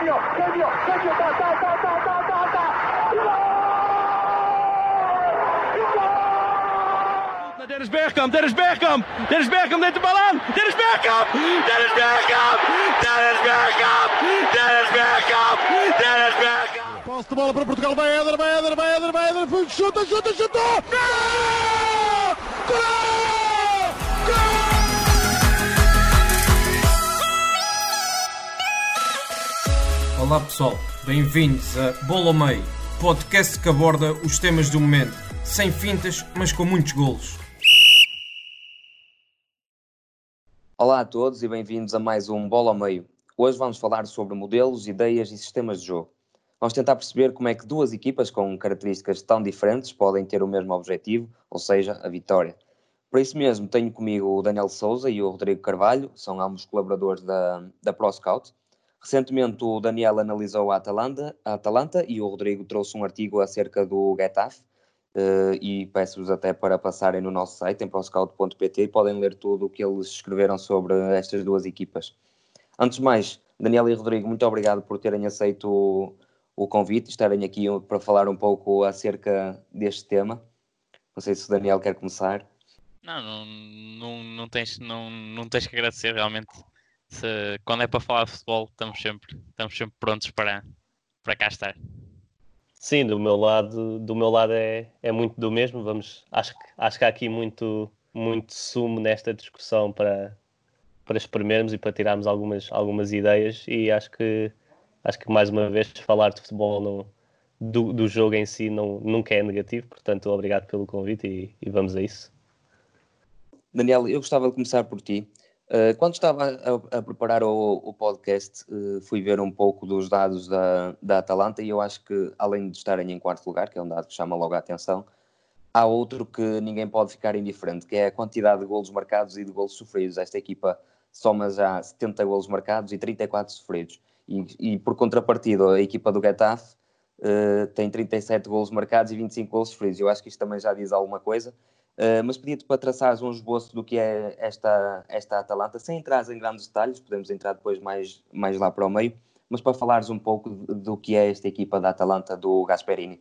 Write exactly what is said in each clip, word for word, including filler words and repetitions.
genio, genio, genio, ta, ta, ta, ta, ta, ta, ta. Dennis Bergkamp, Dennis Bergkamp, Dennis Bergkamp neemt de bal aan. Dennis Bergkamp, Dennis Bergkamp, Dennis Bergkamp, Dennis Bergkamp, Dennis Bergkamp. Posse de bola para Portugal, vai Éder, vai Éder, vai Éder, vai Éder, chuta, chuta, chuta! Gol! Gol! Gol! Olá pessoal, bem-vindos a Bola ao Meio, podcast que aborda os temas do momento, sem fintas, mas com muitos golos. Olá a todos e bem-vindos a mais um Bola ao Meio. Hoje vamos falar sobre modelos, ideias e sistemas de jogo. Vamos tentar perceber como é que duas equipas com características tão diferentes podem ter o mesmo objetivo, ou seja, a vitória. Por isso mesmo tenho comigo o Daniel Souza e o Rodrigo Carvalho, são ambos colaboradores da, da ProScout. Recentemente o Daniel analisou a Atalanta, a Atalanta e o Rodrigo trouxe um artigo acerca do Getafe. Uh, e peço-vos até para passarem no nosso site em proscout ponto pt e podem ler tudo o que eles escreveram sobre estas duas equipas. Antes de mais, Daniel e Rodrigo, muito obrigado por terem aceito o, o convite e estarem aqui para falar um pouco acerca deste tema. Não sei se o Daniel quer começar. Não, não, não, não, tens, não, não tens que agradecer realmente. Se, quando é para falar de futebol, estamos sempre, estamos sempre prontos para, para cá estar. Sim, do meu lado, do meu lado é, é muito do mesmo. Vamos, acho, que, acho que há aqui muito, muito sumo nesta discussão para, para exprimirmos e para tirarmos algumas, algumas ideias e acho que, acho que mais uma vez falar de futebol não, do, do jogo em si não, nunca é negativo, portanto obrigado pelo convite e, e vamos a isso. Daniel, eu gostava de começar por ti. Uh, quando estava a, a preparar o, o podcast, uh, fui ver um pouco dos dados da, da Atalanta e eu acho que, além de estarem em quarto lugar, que é um dado que chama logo a atenção, há outro que ninguém pode ficar indiferente, que é a quantidade de golos marcados e de golos sofridos. Esta equipa soma já setenta golos marcados e trinta e quatro sofridos. E, e por contrapartida, a equipa do Getafe uh, tem trinta e sete golos marcados e vinte e cinco golos sofridos. Eu acho que isto também já diz alguma coisa. Uh, mas pedi-te para traçares um esboço do que é esta, esta Atalanta, sem entrar em grandes detalhes, podemos entrar depois mais, mais lá para o meio, mas para falares um pouco do que é esta equipa da Atalanta do Gasperini.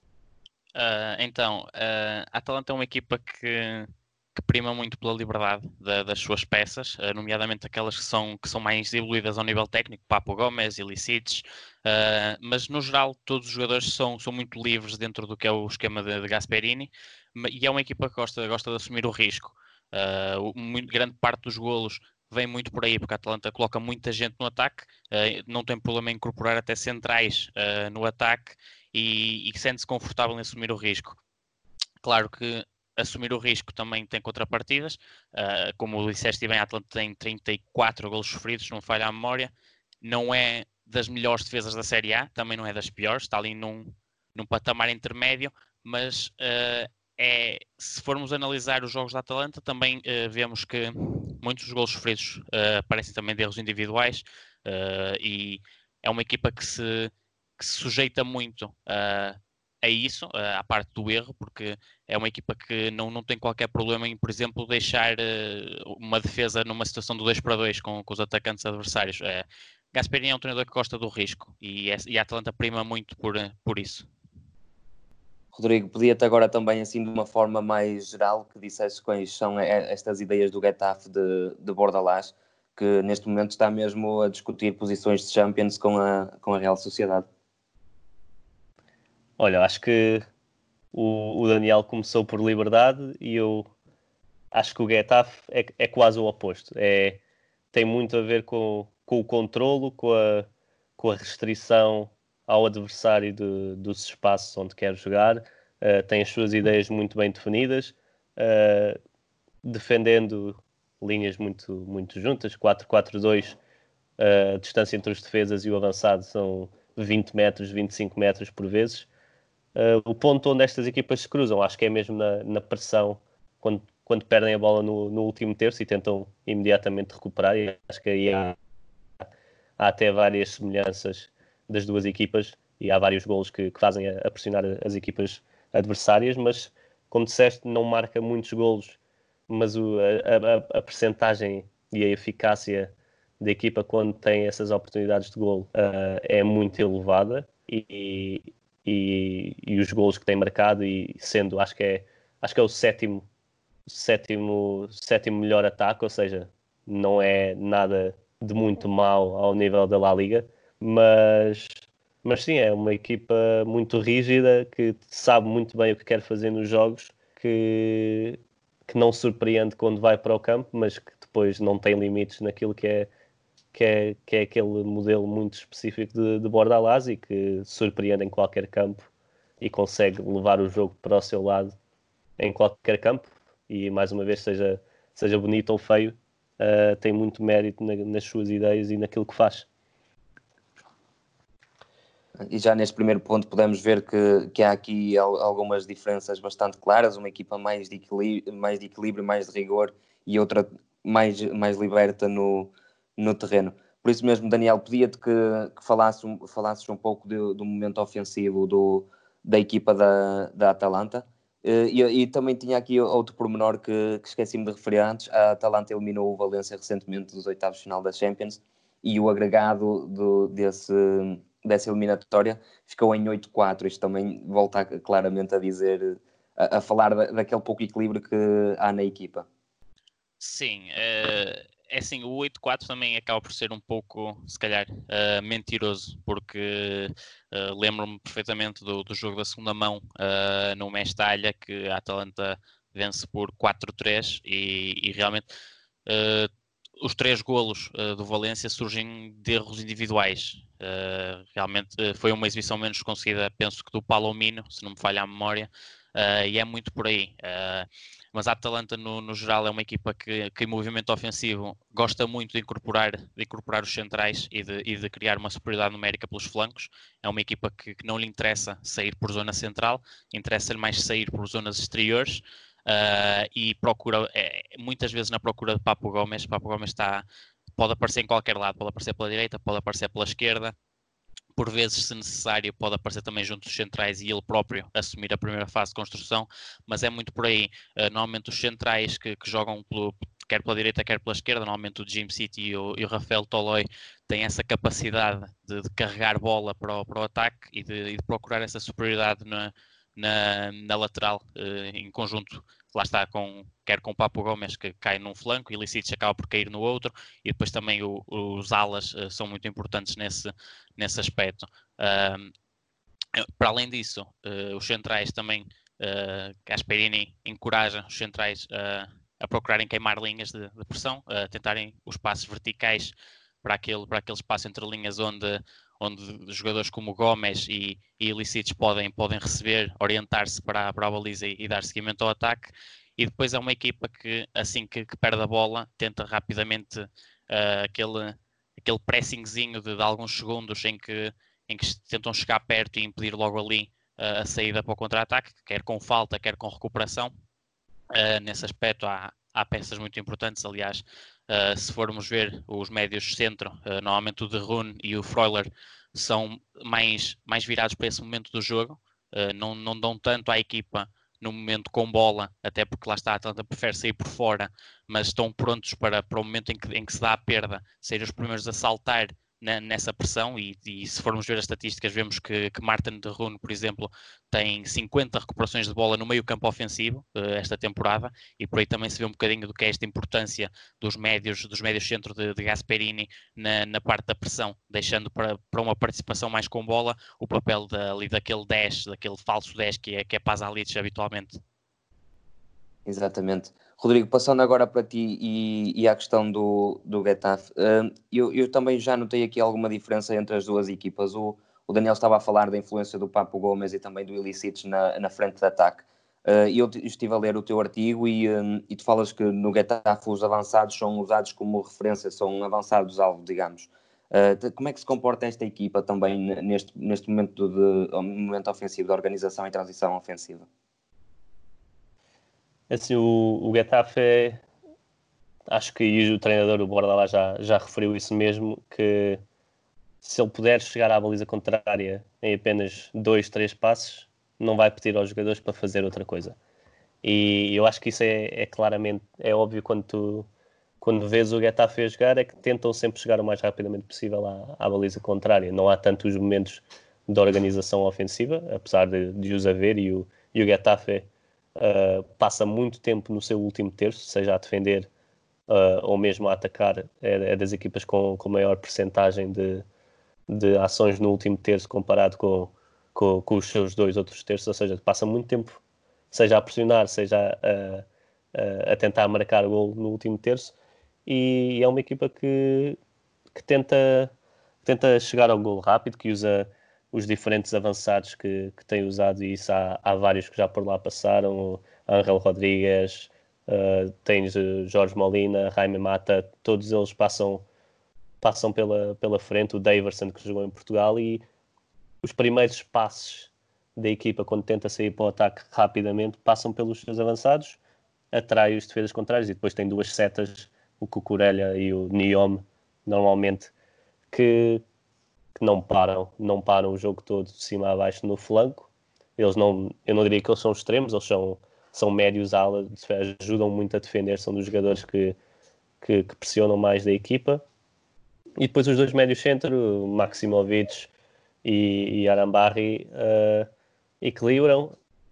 Uh, então, uh, a Atalanta é uma equipa que, que prima muito pela liberdade da, das suas peças, uh, nomeadamente aquelas que são, que são mais evoluídas ao nível técnico, Papo Gomes, Ilicic, uh, mas no geral todos os jogadores são, são muito livres dentro do que é o esquema de, de Gasperini, e é uma equipa que gosta, gosta de assumir o risco. Uh, muito, grande parte dos golos vem muito por aí, porque a Atalanta coloca muita gente no ataque, uh, não tem problema em incorporar até centrais uh, no ataque e, e sente-se confortável em assumir o risco. Claro que assumir o risco também tem contrapartidas, uh, como disseste bem, a Atalanta tem trinta e quatro golos sofridos, se não falha a memória, não é das melhores defesas da Série A, também não é das piores, está ali num, num patamar intermédio, mas uh, é, se formos analisar os jogos da Atalanta, também uh, vemos que muitos dos golos sofridos uh, parecem também de erros individuais uh, e é uma equipa que se, que se sujeita muito uh, a isso, uh, à parte do erro, porque é uma equipa que não, não tem qualquer problema em, por exemplo, deixar uh, uma defesa numa situação do dois para dois com, com os atacantes adversários. Uh, Gasperini é um treinador que gosta do risco e, é, e a Atalanta prima muito por, por isso. Rodrigo, pedia-te agora também, assim, de uma forma mais geral, que dissesse quais são estas ideias do Getafe de, de Bordalás, que neste momento está mesmo a discutir posições de Champions com a, com a Real Sociedade. Olha, acho que o, o Daniel começou por liberdade e eu acho que o Getafe é, é quase o oposto. É, tem muito a ver com, com o controlo, com a, com a restrição ao adversário de, dos espaços onde quer jogar, uh, tem as suas ideias muito bem definidas, uh, defendendo linhas muito, muito juntas, quatro quatro dois, uh, a distância entre os defesas e o avançado são vinte metros, vinte e cinco metros por vezes. Uh, o ponto onde estas equipas se cruzam, acho que é mesmo na, na pressão, quando, quando perdem a bola no, no último terço e tentam imediatamente recuperar, e acho que aí há, há até várias semelhanças das duas equipas e há vários golos que, que fazem a, a pressionar as equipas adversárias, mas como disseste, não marca muitos golos, mas o, a, a, a percentagem e a eficácia da equipa quando tem essas oportunidades de golo uh, é muito elevada e, e, e os golos que tem marcado, e sendo, acho que é, acho que é o sétimo, sétimo, sétimo melhor ataque, ou seja, não é nada de muito mau ao nível da La Liga, mas, mas sim, é uma equipa muito rígida, que sabe muito bem o que quer fazer nos jogos, que, que não surpreende quando vai para o campo, mas que depois não tem limites naquilo que é, que é, que é aquele modelo muito específico de, de Bordalás, e que surpreende em qualquer campo e consegue levar o jogo para o seu lado em qualquer campo, e mais uma vez, seja, seja bonito ou feio, uh, tem muito mérito na, nas suas ideias e naquilo que faz. E já neste primeiro ponto podemos ver que, que há aqui algumas diferenças bastante claras, uma equipa mais de equilíbrio, mais de, equilíbrio, mais de rigor, e outra mais, mais liberta no, no terreno. Por isso mesmo, Daniel, pedia-te que, que falasses, um, falasses um pouco do, do momento ofensivo do, da equipa da, da Atalanta. E, e também tinha aqui outro pormenor que, que esqueci-me de referir antes. A Atalanta eliminou o Valência recentemente dos oitavos de final da Champions, e o agregado do, desse, dessa eliminatória ficou em oito quatro. Isto também volta a, claramente a dizer, a, a falar da, daquele pouco equilíbrio que há na equipa. Sim, é, é assim, o oito quatro também acaba por ser um pouco, se calhar, uh, mentiroso, porque uh, lembro-me perfeitamente do, do jogo da segunda mão uh, no Mestalha, que a Atalanta vence por quatro três, e, e realmente uh, os três golos uh, do Valência surgem de erros individuais. Uh, realmente uh, foi uma exibição menos conseguida, penso que do Palomino, se não me falha a memória, uh, e é muito por aí. Uh, mas a Atalanta, no, no geral, é uma equipa que, que em movimento ofensivo gosta muito de incorporar, de incorporar os centrais e de, e de criar uma superioridade numérica pelos flancos. É uma equipa que, que não lhe interessa sair por zona central, interessa-lhe mais sair por zonas exteriores. Uh, e procura, é, muitas vezes na procura de Papo Gomes. Papo Gomes está, pode aparecer em qualquer lado, pode aparecer pela direita, pode aparecer pela esquerda, por vezes, se necessário, pode aparecer também junto dos centrais e ele próprio assumir a primeira fase de construção, mas é muito por aí. Uh, normalmente os centrais que, que jogam pelo, quer pela direita, quer pela esquerda, normalmente o Jim City e o, e o Rafael Toloi têm essa capacidade de, de carregar bola para o, para o ataque e de, e de procurar essa superioridade na, na, na lateral, uh, em conjunto. Lá está, com, quer com o Papo Gomes, que cai num flanco, e Ilicic acaba por cair no outro, e depois também o, os alas uh, são muito importantes nesse, nesse aspecto. Uh, para além disso, uh, os centrais também, uh, Gasperini encoraja os centrais uh, a procurarem queimar linhas de, de pressão, a uh, tentarem os passos verticais para aquele, para aquele espaço entre linhas onde, onde jogadores como Gomes e, e Ilicic podem, podem receber, orientar-se para, para a baliza e, e dar seguimento ao ataque. E depois é uma equipa que, assim que, que perde a bola, tenta rapidamente uh, aquele, aquele pressingzinho de, de alguns segundos em que, em que tentam chegar perto e impedir logo ali uh, a saída para o contra-ataque, quer com falta, quer com recuperação. Uh, nesse aspecto há, há peças muito importantes. Aliás, uh, se formos ver os médios centro, uh, normalmente o De Roon e o Freuler são mais, mais virados para esse momento do jogo, uh, não, não dão tanto à equipa no momento com bola, até porque lá está, a Atalanta prefere sair por fora, mas estão prontos para, para o momento em que, em que se dá a perda, serem os primeiros a saltar na, nessa pressão. E, e se formos ver as estatísticas, vemos que, que Martin de Roon, por exemplo, tem cinquenta recuperações de bola no meio campo ofensivo uh, esta temporada, e por aí também se vê um bocadinho do que é esta importância dos médios, dos médios centro de, de Gasperini na, na parte da pressão, deixando para, para uma participação mais com bola o papel da, ali daquele dez, daquele falso dez que é, que é Pasalic habitualmente. Exatamente. Rodrigo, passando agora para ti e, e à questão do, do Getafe, uh, eu, eu também já notei aqui alguma diferença entre as duas equipas. O, o Daniel estava a falar da influência do Papo Gomes e também do Ilicic na, na frente de ataque. Uh, eu estive a ler o teu artigo e, um, e tu falas que no Getafe os avançados são usados como referência, são avançados-alvo, digamos. Uh, como é que se comporta esta equipa também neste, neste momento, de, momento ofensivo, de organização e transição ofensiva? Assim, o, o Getafe é, acho que o treinador, o Bordalás, já, já referiu isso mesmo, que se ele puder chegar à baliza contrária em apenas dois, três passos, não vai pedir aos jogadores para fazer outra coisa. E eu acho que isso é, é claramente, é óbvio quando tu, quando vês o Getafe a jogar, é que tentam sempre chegar o mais rapidamente possível à, à baliza contrária. Não há tantos momentos de organização ofensiva, apesar de, de os haver, e o, e o Getafe uh, passa muito tempo no seu último terço, seja a defender uh, ou mesmo a atacar. É, é das equipas com, com maior percentagem de, de ações no último terço comparado com, com, com os seus dois outros terços, ou seja, passa muito tempo, seja a pressionar, seja a, a, a tentar marcar o gol no último terço, e é uma equipa que, que tenta, tenta chegar ao gol rápido, que usa os diferentes avançados que, que tem usado, e isso há, há vários que já por lá passaram, o Ángel Rodrigues, uh, tens Jorge Molina, Jaime Mata, todos eles passam, passam pela, pela frente, o Daverson que jogou em Portugal, e os primeiros passos da equipa quando tenta sair para o ataque rapidamente passam pelos seus avançados, atrai os defesas contrários, e depois tem duas setas, o Cucurella e o Niome, normalmente, que que não param, não param o jogo todo de cima a baixo no flanco. Eles não, eu não diria que eles são extremos, eles são, são médios ala, ajudam muito a defender, são dos jogadores que, que, que pressionam mais da equipa. E depois os dois médios centro, Maximovic e, e Arambarri, uh, equilibram,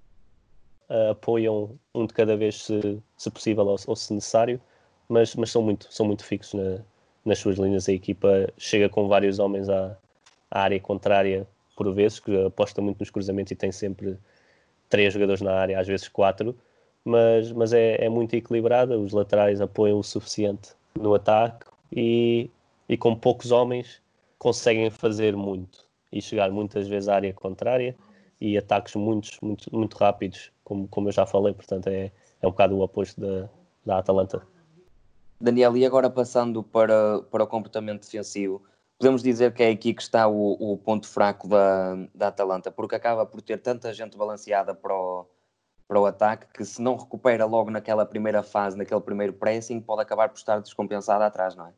uh, apoiam um de cada vez se, se possível ou, ou se necessário, mas, mas são, muito, são muito fixos na, nas suas linhas. A equipa chega com vários homens à a área contrária por vezes, que aposta muito nos cruzamentos e tem sempre três jogadores na área, às vezes quatro, mas, mas é, é muito equilibrada, os laterais apoiam o suficiente no ataque e, e com poucos homens conseguem fazer muito e chegar muitas vezes à área contrária, e ataques muito, muito, muito rápidos, como, como eu já falei, portanto é, é um bocado o oposto da, da Atalanta. Daniel, e agora passando para, para o comportamento defensivo, podemos dizer que é aqui que está o, o ponto fraco da, da Atalanta, porque acaba por ter tanta gente balanceada para o, para o ataque, que se não recupera logo naquela primeira fase, naquele primeiro pressing, pode acabar por estar descompensado atrás, não é?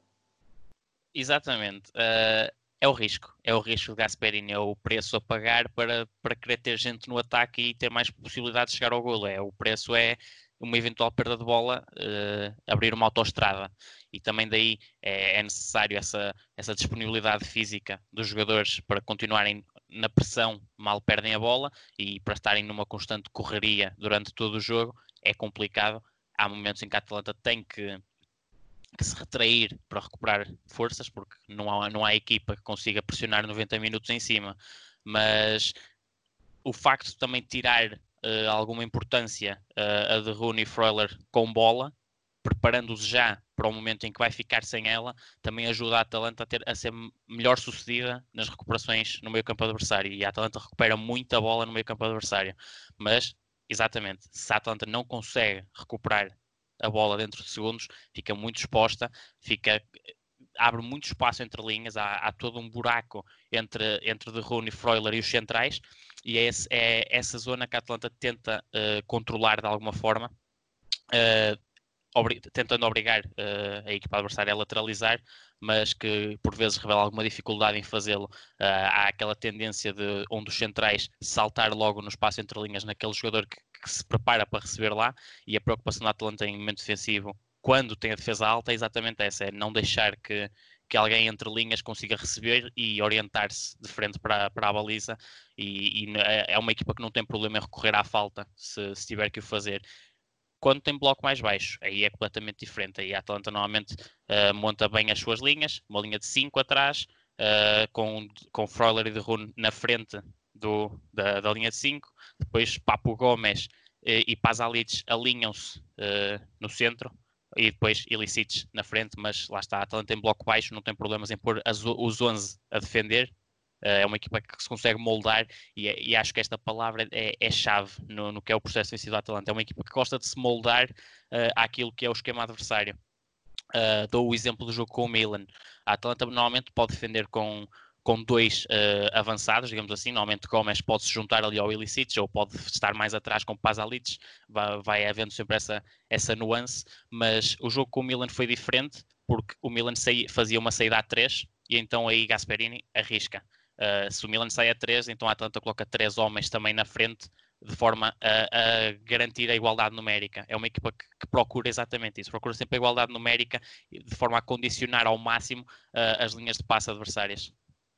Exatamente. Uh, é o risco. É o risco de Gasperini, é o preço a pagar para, para querer ter gente no ataque e ter mais possibilidade de chegar ao golo. É, o preço é uma eventual perda de bola, uh, abrir uma autoestrada. E também daí é, é necessário essa, essa disponibilidade física dos jogadores para continuarem na pressão mal perdem a bola, e para estarem numa constante correria durante todo o jogo é complicado. Há momentos em que a Atalanta tem que, que se retrair para recuperar forças, porque não há, não há equipa que consiga pressionar noventa minutos em cima. Mas o facto de também tirar uh, alguma importância uh, a de Rooney e Freuler com bola, preparando-os já para o momento em que vai ficar sem ela, também ajuda a Atalanta a, ter, a ser melhor sucedida nas recuperações no meio campo adversário. E a Atalanta recupera muita bola no meio campo adversário. Mas, exatamente, se a Atalanta não consegue recuperar a bola dentro de segundos, fica muito exposta, fica, abre muito espaço entre linhas, há, há todo um buraco entre, entre De Roon e Freuler e os centrais, e é, esse, é essa zona que a Atalanta tenta uh, controlar de alguma forma, uh, obri- tentando obrigar uh, a equipa adversária a lateralizar, mas que por vezes revela alguma dificuldade em fazê-lo. Uh, há aquela tendência de um dos centrais saltar logo no espaço entre linhas naquele jogador que, que se prepara para receber lá, e a preocupação da Atalanta em momento defensivo, quando tem a defesa alta, é exatamente essa, é não deixar que, que alguém entre linhas consiga receber e orientar-se de frente para, para a baliza, e, e é uma equipa que não tem problema em recorrer à falta, se, se tiver que o fazer. Quando tem bloco mais baixo, aí é completamente diferente. Aí a Atalanta normalmente uh, monta bem as suas linhas, uma linha de cinco atrás, uh, com, com Freuler e De Roon na frente do, da, da linha de cinco, depois Papu Gomes uh, e Pasalic alinham-se uh, no centro, e depois Ilicic na frente, mas lá está, a Atalanta tem bloco baixo, não tem problemas em pôr as, os onze a defender. Uh, é uma equipa que se consegue moldar, e, é, e acho que esta palavra é, é chave no, no que é o processo defensivo da Atalanta. É uma equipa que gosta de se moldar uh, àquilo que é o esquema adversário. Uh, dou o exemplo do jogo com o Milan. A Atalanta normalmente pode defender com, com dois uh, avançados, digamos assim. Normalmente Gomes pode se juntar ali ao Ilicic, ou pode estar mais atrás com Pasalic. Vai, vai havendo sempre essa, essa nuance, mas o jogo com o Milan foi diferente, porque o Milan saía, fazia uma saída a três, e então aí Gasperini arrisca. Uh, se o Milan sai a três, então a Atalanta coloca três homens também na frente, de forma a, a garantir a igualdade numérica. É uma equipa que, que procura exatamente isso, procura sempre a igualdade numérica, de forma a condicionar ao máximo uh, as linhas de passe adversárias.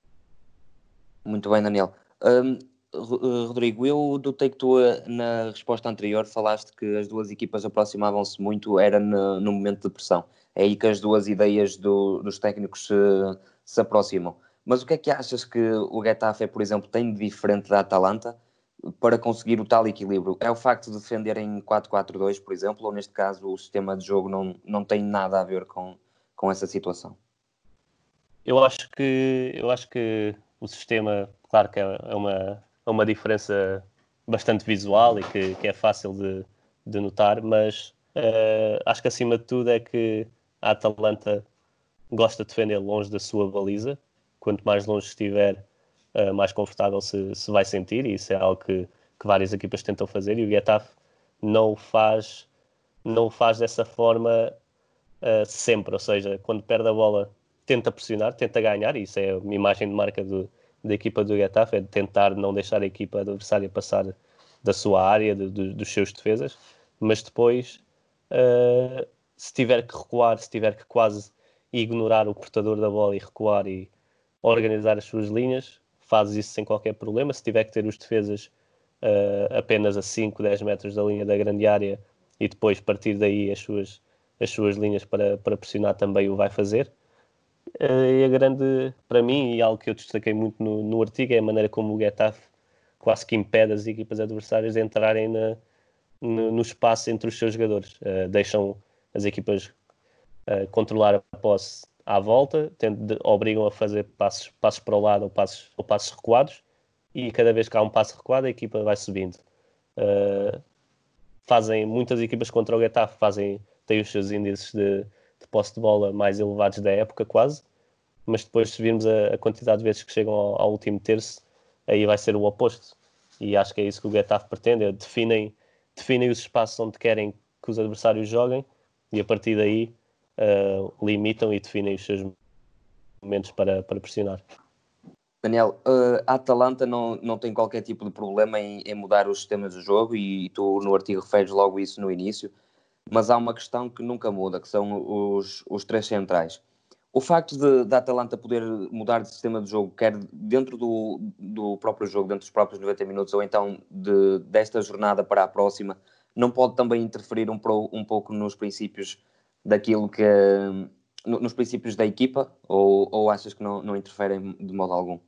Muito bem, Daniel. Um, Rodrigo, eu notei que tu na resposta anterior falaste que as duas equipas aproximavam-se muito, era no, no momento de pressão. É aí que as duas ideias do, dos técnicos se, se aproximam. Mas o que é que achas que o Getafe, por exemplo, tem de diferente da Atalanta para conseguir o tal equilíbrio? É o facto de defender em quatro quatro dois, por exemplo, ou neste caso o sistema de jogo não, não tem nada a ver com, com essa situação? Eu acho que, eu acho que o sistema, claro que é uma, é uma diferença bastante visual e que, que é fácil de, de notar, mas uh, acho que acima de tudo é que a Atalanta gosta de defender longe da sua baliza. Quanto mais longe estiver, uh, mais confortável se, se vai sentir, e isso é algo que, que várias equipas tentam fazer, e o Getafe não o faz, não o faz dessa forma uh, sempre, ou seja, quando perde a bola tenta pressionar, tenta ganhar, e isso é uma imagem de marca do, da equipa do Getafe, é de tentar não deixar a equipa adversária passar da sua área, de, de, dos seus defesas, mas depois, uh, se tiver que recuar, se tiver que quase ignorar o portador da bola e recuar e organizar as suas linhas, faz isso sem qualquer problema. Se tiver que ter os defesas uh, apenas a cinco, dez metros da linha da grande área e depois partir daí as suas, as suas linhas para, para pressionar, também o vai fazer. Uh, e a grande, para mim, e algo que eu destaquei muito no, no artigo, é a maneira como o Getafe quase que impede as equipas adversárias de entrarem na, no, no espaço entre os seus jogadores. Uh, deixam as equipas uh, controlar a posse à volta, de, obrigam a fazer passos, passos para o lado ou passos, ou passos recuados, e cada vez que há um passo recuado a equipa vai subindo. Uh, fazem, muitas equipas contra o Getafe fazem, têm os seus índices de, de posse de bola mais elevados da época quase, mas depois se virmos a, a quantidade de vezes que chegam ao, ao último terço, aí vai ser o oposto, e acho que é isso que o Getafe pretende. Definem, definem os espaços onde querem que os adversários joguem, e a partir daí Uh, limitam e definem os seus momentos para, para pressionar. Daniel, uh, a Atalanta não, não tem qualquer tipo de problema em, em mudar os sistemas de jogo, e tu no artigo referes logo isso no início, mas há uma questão que nunca muda, que são os, os três centrais. O facto de, de a Atalanta poder mudar de sistema de jogo, quer dentro do, do próprio jogo, dentro dos próprios noventa minutos, ou então de, desta jornada para a próxima, não pode também interferir um, pro, um pouco nos princípios daquilo que nos princípios da equipa, ou, ou achas que não, não interferem de modo algum?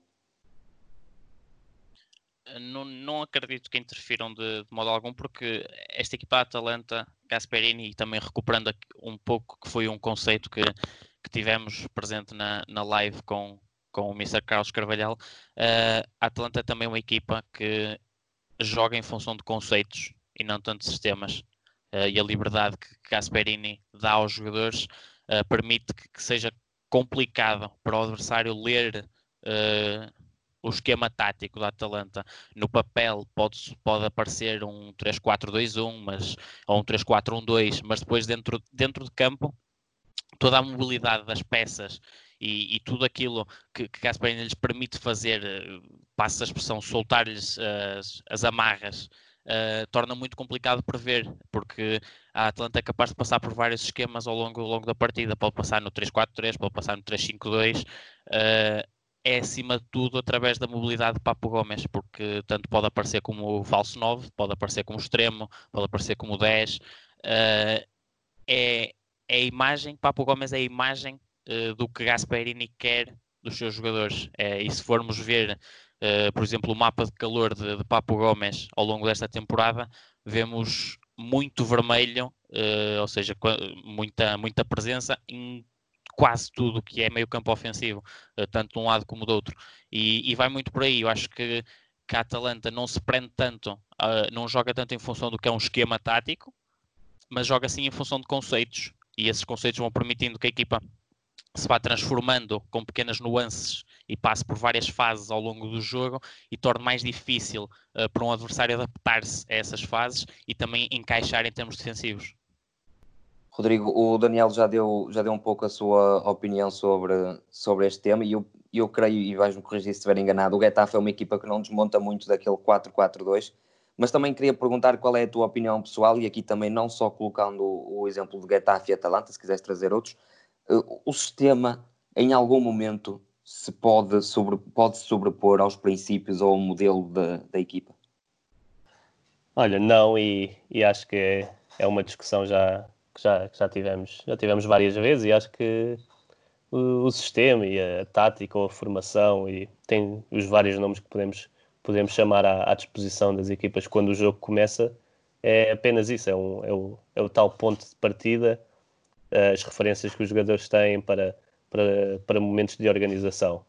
Não, não acredito que interfiram de, de modo algum, porque esta equipa Atalanta, Gasperini, e também recuperando um pouco, que foi um conceito que, que tivemos presente na, na live com, com o mister Carlos Carvalhal, uh, a Atalanta é também uma equipa que joga em função de conceitos e não tanto de sistemas. Uh, e a liberdade que Gasperini dá aos jogadores uh, permite que, que seja complicado para o adversário ler uh, o esquema tático da Atalanta. No papel pode, pode aparecer um três quatro dois um, mas, ou um três quatro um dois, mas depois dentro, dentro de campo, toda a mobilidade das peças e, e tudo aquilo que, que Gasperini lhes permite fazer, uh, passa a expressão, soltar-lhes uh, as, as amarras, Uh, torna muito complicado prever, porque a Atalanta é capaz de passar por vários esquemas ao longo, ao longo da partida. Pode passar no três quatro três, pode passar no três cinco dois. Uh, é acima de tudo através da mobilidade de Papo Gomes, porque tanto pode aparecer como falso nove, pode aparecer como extremo, pode aparecer como dez. Uh, é, é a imagem, Papo Gomes é a imagem uh, do que Gasperini quer dos seus jogadores. É, e se formos ver Uh, por exemplo, o mapa de calor de, de Papo Gomes ao longo desta temporada, vemos muito vermelho, uh, ou seja, muita, muita presença em quase tudo que é meio campo ofensivo, uh, tanto de um lado como do outro. E, e vai muito por aí. Eu acho que, que a Atalanta não se prende tanto, uh, não joga tanto em função do que é um esquema tático, mas joga sim em função de conceitos. E esses conceitos vão permitindo que a equipa se vá transformando com pequenas nuances e passe por várias fases ao longo do jogo, e torne mais difícil uh, para um adversário adaptar-se a essas fases e também encaixar em termos defensivos. Rodrigo, o Daniel já deu, já deu um pouco a sua opinião sobre, sobre este tema, e eu e eu creio, e vais-me corrigir se estiver enganado, o Getafe é uma equipa que não desmonta muito daquele quatro quatro dois, mas também queria perguntar qual é a tua opinião pessoal, e aqui também não só colocando o, o exemplo de Getafe e Atalanta, se quiseres trazer outros, uh, o sistema em algum momento se pode, sobre, pode se sobrepor aos princípios ou ao modelo da, da equipa? Olha, não, e, e acho que é, é uma discussão já, que já, que já, tivemos, já tivemos várias vezes, e acho que o, o sistema e a tática ou a formação, e tem os vários nomes que podemos, podemos chamar à, à disposição das equipas quando o jogo começa, é apenas isso, é, um, é, o, é o tal ponto de partida, as referências que os jogadores têm para, para, para momentos de organização.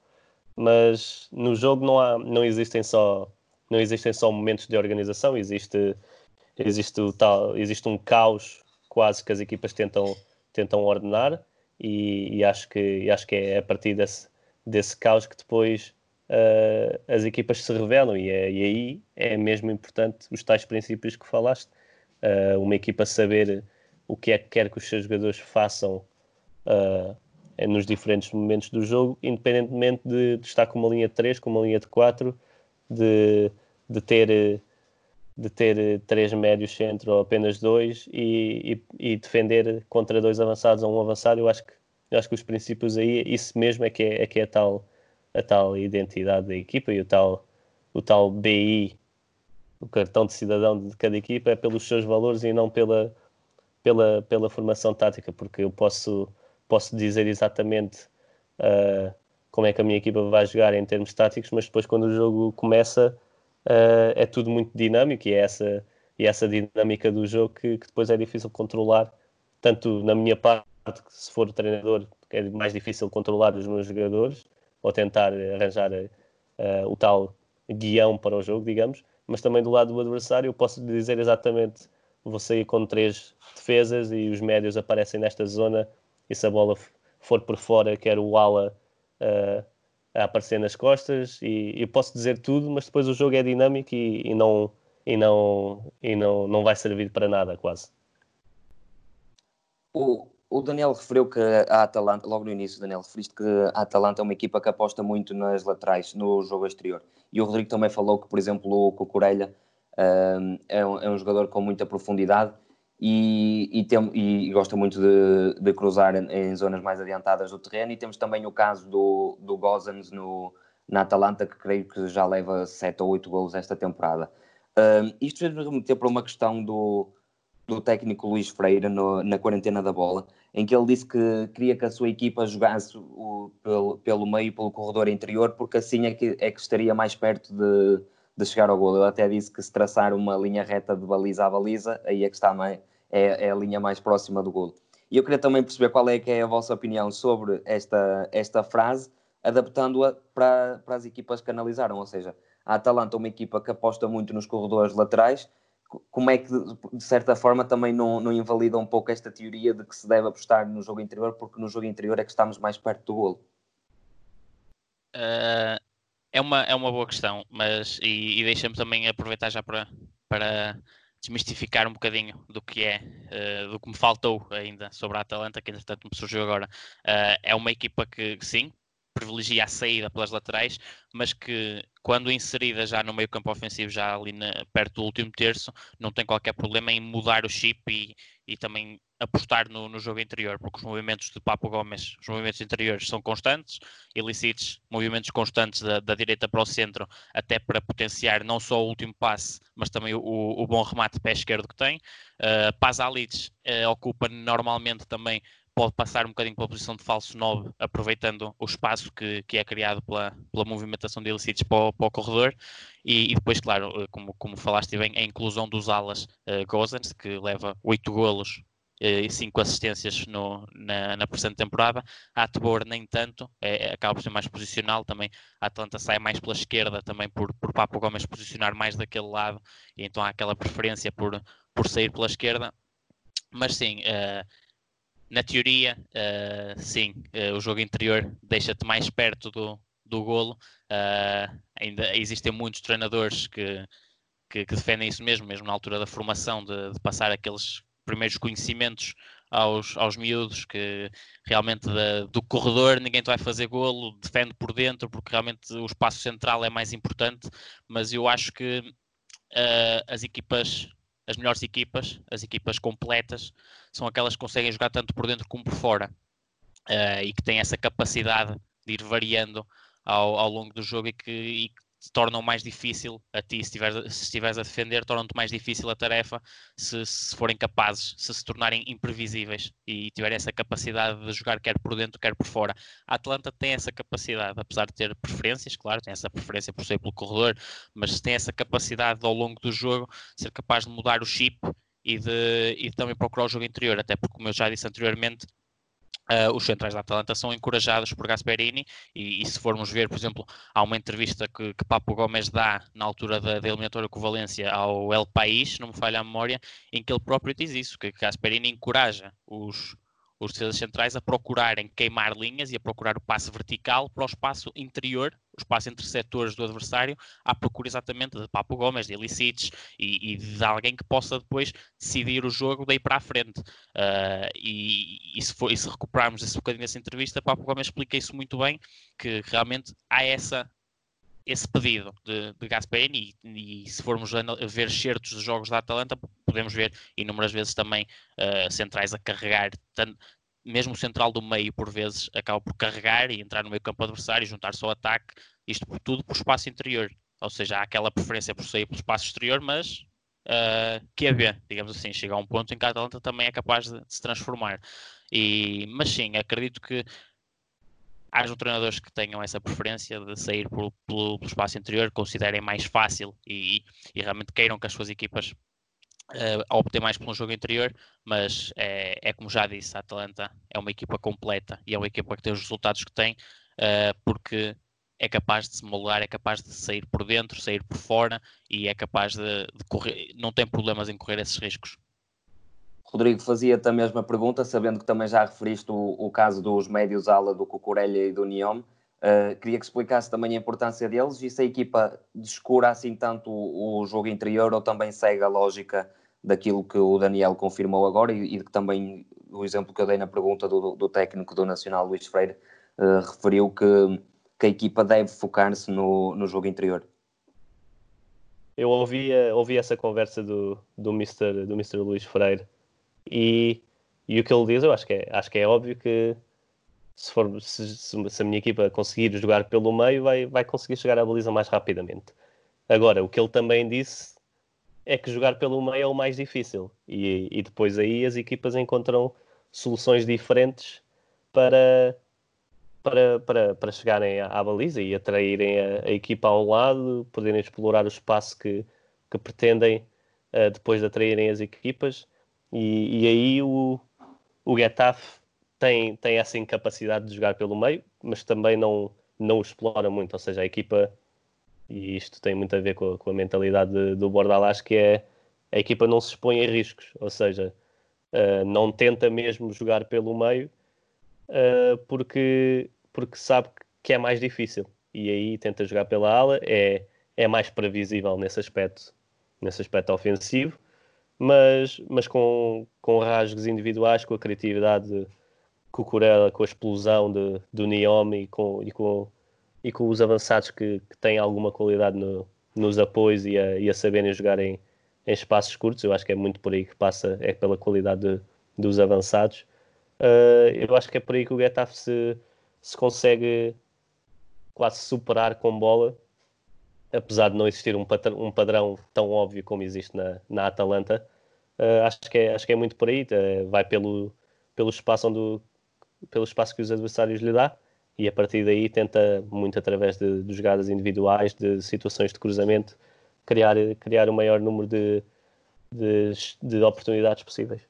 Mas no jogo não, há, não, existem só, não existem só momentos de organização, existe, existe, o tal, existe um caos quase que as equipas tentam, tentam ordenar, e, e, acho que, e acho que é a partir desse, desse caos que depois uh, as equipas se revelam, e, é, e aí é mesmo importante os tais princípios que falaste, uh, uma equipa saber o que é que quer que os seus jogadores façam uh, nos diferentes momentos do jogo, independentemente de, de estar com uma linha de três, com uma linha de quatro, de, de, ter, de ter três médios centro ou apenas dois, e, e, e defender contra dois avançados ou um avançado. Eu acho que, eu acho que os princípios aí, isso mesmo é que é, é, que é a, tal, a tal identidade da equipa, e o tal, o tal B I, o cartão de cidadão de cada equipa, é pelos seus valores e não pela, pela, pela formação tática, porque eu posso... posso dizer exatamente uh, como é que a minha equipa vai jogar em termos táticos, mas depois quando o jogo começa uh, é tudo muito dinâmico, e é essa, e essa dinâmica do jogo que, que depois é difícil controlar, tanto na minha parte, que se for o treinador, é mais difícil controlar os meus jogadores, ou tentar arranjar uh, o tal guião para o jogo, digamos, mas também do lado do adversário eu posso dizer exatamente, vou sair com três defesas e os médios aparecem nesta zona, e se a bola for por fora, quero o ala uh, a aparecer nas costas, e eu posso dizer tudo, mas depois o jogo é dinâmico e, e, não, e, não, e não, não vai servir para nada, quase. O, o Daniel referiu que a Atalanta, logo no início, Daniel, referiste que a Atalanta é uma equipa que aposta muito nas laterais, no jogo exterior. E o Rodrigo também falou que, por exemplo, o Cucurella uh, é, um, é um jogador com muita profundidade, E, e, tem, e gosta muito de, de cruzar em, em zonas mais adiantadas do terreno. E temos também o caso do, do Gosens no, na Atalanta, que creio que já leva sete ou oito golos esta temporada. Uh, isto fez-me remeter para uma questão do, do técnico Luís Freire no, na quarentena da bola, em que ele disse que queria que a sua equipa jogasse o, pelo, pelo meio, pelo corredor interior, porque assim é que, é que estaria mais perto de, de chegar ao golo. Ele até disse que se traçar uma linha reta de baliza a baliza, aí é que está mais... É, é a linha mais próxima do golo. E eu queria também perceber qual é que é a vossa opinião sobre esta, esta frase, adaptando-a para, para as equipas que analisaram. Ou seja, a Atalanta é uma equipa que aposta muito nos corredores laterais. Como é que, de certa forma, também não, não invalida um pouco esta teoria de que se deve apostar no jogo interior, porque no jogo interior é que estamos mais perto do golo? Uh, é, uma, é uma boa questão, mas e, e deixa-me também aproveitar já para... para... desmistificar um bocadinho do que é, uh, do que me faltou ainda sobre a Atalanta, que entretanto me surgiu agora. Uh, é uma equipa que, sim, privilegia a saída pelas laterais, mas que quando inserida já no meio campo ofensivo, já ali na, perto do último terço, não tem qualquer problema em mudar o chip e, e também apostar no, no jogo interior, porque os movimentos de Papo Gomes, os movimentos interiores são constantes, Ilicic, movimentos constantes da, da direita para o centro, até para potenciar não só o último passe, mas também o, o bom remate de pé esquerdo que tem. Uh, Pasalic uh, ocupa normalmente também, pode passar um bocadinho pela posição de falso nove, aproveitando o espaço que, que é criado pela, pela movimentação de Ilicic para o, para o corredor. E, e depois, claro, como, como falaste bem, a inclusão dos alas uh, Gosens, que leva oito golos e cinco assistências no, na, na presente temporada. A Atebor nem tanto, é, acaba por ser mais posicional também. A Atalanta sai mais pela esquerda também por, por Papo Gomes posicionar mais daquele lado, e então há aquela preferência por, por sair pela esquerda. Mas sim, uh, na teoria, uh, sim, uh, o jogo interior deixa-te mais perto do, do golo. Uh, ainda existem muitos treinadores que, que, que defendem isso mesmo, mesmo na altura da formação, de, de passar aqueles primeiros conhecimentos aos, aos miúdos que realmente da, do corredor ninguém te vai fazer golo, defende por dentro, porque realmente o espaço central é mais importante, mas eu acho que uh, as equipas, as melhores equipas, as equipas completas, são aquelas que conseguem jogar tanto por dentro como por fora, uh, e que têm essa capacidade de ir variando ao, ao longo do jogo e que, e que te tornam mais difícil a ti, se estiveres, se estiveres a defender, tornam-te mais difícil a tarefa se, se forem capazes, se se tornarem imprevisíveis e tiverem essa capacidade de jogar quer por dentro, quer por fora. A Atalanta tem essa capacidade, apesar de ter preferências, claro, tem essa preferência por sair pelo corredor, mas tem essa capacidade ao longo do jogo de ser capaz de mudar o chip e de, e de também procurar o jogo interior, até porque, como eu já disse anteriormente, Uh, os centrais da Atalanta são encorajados por Gasperini e, e se formos ver, por exemplo, há uma entrevista que, que Papo Gomes dá na altura da, da eliminatória com o Valência ao El País, não me falha a memória, em que ele próprio diz isso, que Gasperini encoraja os, os defesas centrais a procurarem queimar linhas e a procurar o passe vertical para o espaço interior, o espaço entre setores do adversário, à procura exatamente de Papo Gomes, de Ilicic e, e de alguém que possa depois decidir o jogo daí para a frente. Uh, e, e, se for, e se recuperarmos esse bocadinho dessa entrevista, Papo Gomes explica isso muito bem, que realmente há essa, esse pedido de, de Gasperini e, e se formos a ver certos dos jogos da Atalanta, podemos ver inúmeras vezes também uh, centrais a carregar, tanto, mesmo o central do meio, por vezes, acaba por carregar e entrar no meio campo adversário, juntar-se ao ataque, isto por tudo por espaço interior. Ou seja, há aquela preferência por sair pelo espaço exterior, mas uh, que é ver, digamos assim, chega a um ponto em que a Atalanta também é capaz de, de se transformar. E, mas sim, acredito que hajam treinadores que tenham essa preferência de sair pelo, pelo, pelo espaço interior, considerem mais fácil e, e realmente queiram que as suas equipas Uh, a optar mais pelo jogo interior, mas é, é como já disse, a Atalanta é uma equipa completa e é uma equipa que tem os resultados que tem, uh, porque é capaz de se moldar, é capaz de sair por dentro, sair por fora e é capaz de, de correr, não tem problemas em correr esses riscos. Rodrigo, fazia-te a mesma pergunta, sabendo que também já referiste o, o caso dos médios ala do Cucurella e do Niom. Uh, queria que explicasse também a importância deles e se a equipa descura assim tanto o, o jogo interior ou também segue a lógica daquilo que o Daniel confirmou agora e, e que também o exemplo que eu dei na pergunta do, do técnico do Nacional, Luís Freire, uh, referiu que, que a equipa deve focar-se no, no jogo interior. Eu ouvi, ouvi essa conversa do, do, mister, do mister Luís Freire e, e o que ele diz, eu acho que é, acho que é óbvio que se, for, se, se a minha equipa conseguir jogar pelo meio, vai, vai conseguir chegar à baliza mais rapidamente. Agora, o que ele também disse é que jogar pelo meio é o mais difícil e, e depois aí as equipas encontram soluções diferentes para, para, para, para chegarem à, à baliza e atraírem a, a equipa a um lado, poderem explorar o espaço que, que pretendem uh, depois de atraírem as equipas e, e aí o, o Getafe tem, tem essa incapacidade de jogar pelo meio, mas também não, não o explora muito, ou seja, a equipa, e isto tem muito a ver com a, com a mentalidade de, do Bordalás, que é a equipa não se expõe a riscos, ou seja, uh, não tenta mesmo jogar pelo meio uh, porque, porque sabe que é mais difícil e aí tenta jogar pela ala, é, é mais previsível nesse aspecto, nesse aspecto ofensivo, mas, mas com, com rasgos individuais, com a criatividade Cucurella, com a explosão de, do Niom e com, e, com, e com os avançados que, que têm alguma qualidade no, nos apoios e a, e a saberem jogar em, em espaços curtos. Eu acho que é muito por aí que passa, é pela qualidade de, dos avançados. Uh, eu acho que é por aí que o Getafe se, se consegue quase superar com bola, apesar de não existir um padrão, um padrão tão óbvio como existe na, na Atalanta. Uh, acho, que é, acho que é muito por aí, uh, vai pelo, pelo espaço onde pelo espaço que os adversários lhe dá e a partir daí tenta muito através de, de jogadas individuais, de situações de cruzamento, criar, criar o maior número de, de, de oportunidades possíveis.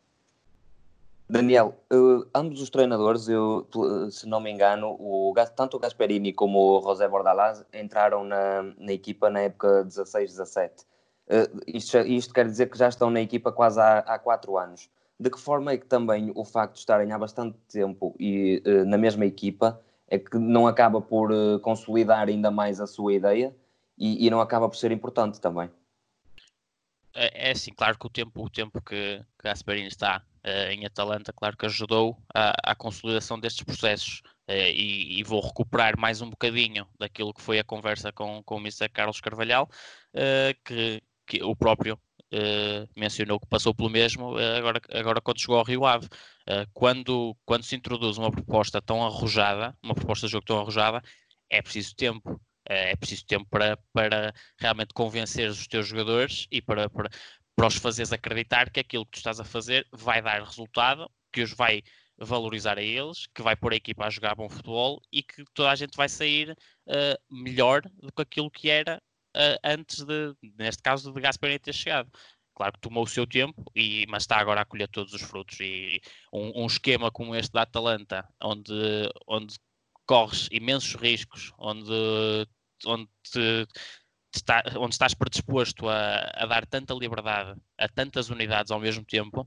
Daniel, uh, ambos os treinadores, eu, se não me engano, o, tanto o Gasperini como o José Bordalás entraram na, na equipa na época dezasseis dezassete. Uh, isto, isto quer dizer que já estão na equipa quase há, há quatro anos. De que forma é que também o facto de estarem há bastante tempo e uh, na mesma equipa é que não acaba por uh, consolidar ainda mais a sua ideia e, e não acaba por ser importante também? É, é assim, claro que o tempo, o tempo que, que Gasperini está uh, em Atalanta, claro que ajudou à, à consolidação destes processos. Uh, e, e vou recuperar mais um bocadinho daquilo que foi a conversa com, com o mister Carlos Carvalhal, uh, que, que o próprio uh, mencionou que passou pelo mesmo uh, agora, agora quando chegou ao Rio Ave. Uh, quando, quando se introduz uma proposta tão arrojada, uma proposta de jogo tão arrojada, é preciso tempo. Uh, é preciso tempo para, para realmente convencer os teus jogadores e para, para, para os fazeres acreditar que aquilo que tu estás a fazer vai dar resultado, que os vai valorizar a eles, que vai pôr a equipa a jogar bom futebol e que toda a gente vai sair uh, melhor do que aquilo que era uh, antes de, neste caso, de Gasperini ter chegado. Claro que tomou o seu tempo, e, mas está agora a colher todos os frutos. E um, um esquema como este da Atalanta, onde, onde corres imensos riscos, onde, onde, te, te está, onde estás predisposto a, a dar tanta liberdade a tantas unidades ao mesmo tempo,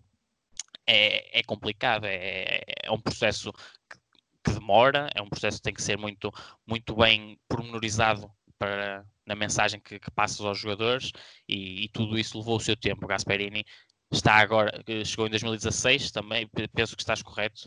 É, é complicado, é, é um processo que, que demora, é um processo que tem que ser muito, muito bem pormenorizado para, na mensagem que, que passas aos jogadores, e, e tudo isso levou o seu tempo. O Gasperini está agora, chegou em dois mil e dezasseis também, penso que estás correto,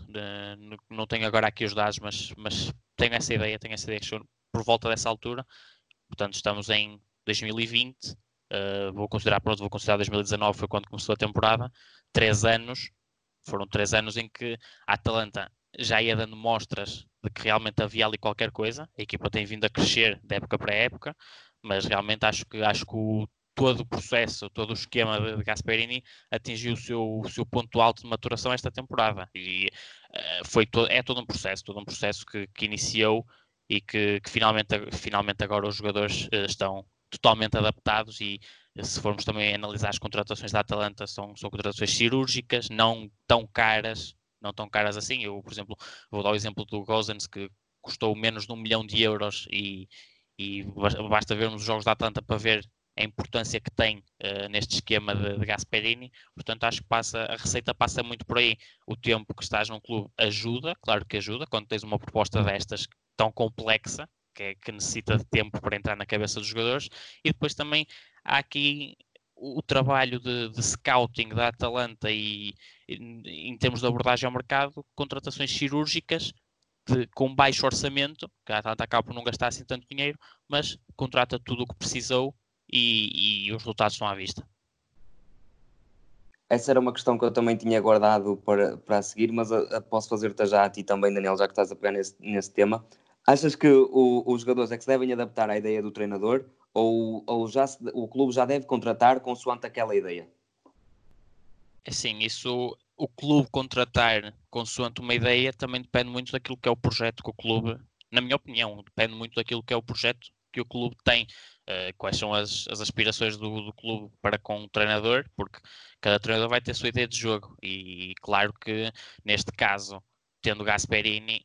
não tenho agora aqui os dados, mas, mas tenho essa ideia, tenho essa ideia que chegou por volta dessa altura, portanto estamos em dois mil e vinte, uh, vou considerar, pronto, vou considerar dois mil e dezanove, foi quando começou a temporada, três anos. Foram três anos em que a Atalanta já ia dando mostras de que realmente havia ali qualquer coisa. A equipa tem vindo a crescer de época para época, mas realmente acho que, acho que o, todo o processo, todo o esquema de, de Gasperini atingiu o seu, o seu ponto alto de maturação esta temporada. E uh, foi to, é todo um processo, todo um processo que, que iniciou e que, que finalmente, finalmente agora os jogadores uh, estão totalmente adaptados. E se formos também analisar as contratações da Atalanta, são, são contratações cirúrgicas, não tão caras, não tão caras assim. Eu, por exemplo, vou dar o exemplo do Gosens, que custou menos de um milhão de euros, e, e basta vermos os jogos da Atalanta para ver a importância que tem uh, neste esquema de, de Gasperini. Portanto, acho que passa, a receita passa muito por aí. O tempo que estás num clube ajuda, claro que ajuda, quando tens uma proposta destas tão complexa, que, é, que necessita de tempo para entrar na cabeça dos jogadores, e depois também há aqui o, o trabalho de, de scouting da Atalanta e, e em termos de abordagem ao mercado, contratações cirúrgicas de, com baixo orçamento, que a Atalanta acaba por não gastar assim tanto dinheiro, mas contrata tudo o que precisou e, e os resultados estão à vista. Essa era uma questão que eu também tinha guardado para, para seguir, mas a, a posso fazer-te já a ti também, Daniel, já que estás a pegar nesse, nesse tema. Achas que o, os jogadores é que se devem adaptar à ideia do treinador, ou, ou já se, o clube já deve contratar consoante aquela ideia? Assim, isso, o clube contratar consoante uma ideia também depende muito daquilo que é o projeto que o clube, na minha opinião, depende muito daquilo que é o projeto que o clube tem, uh, quais são as, as aspirações do, do clube para com o treinador, porque cada treinador vai ter a sua ideia de jogo, e claro que neste caso, tendo Gasperini,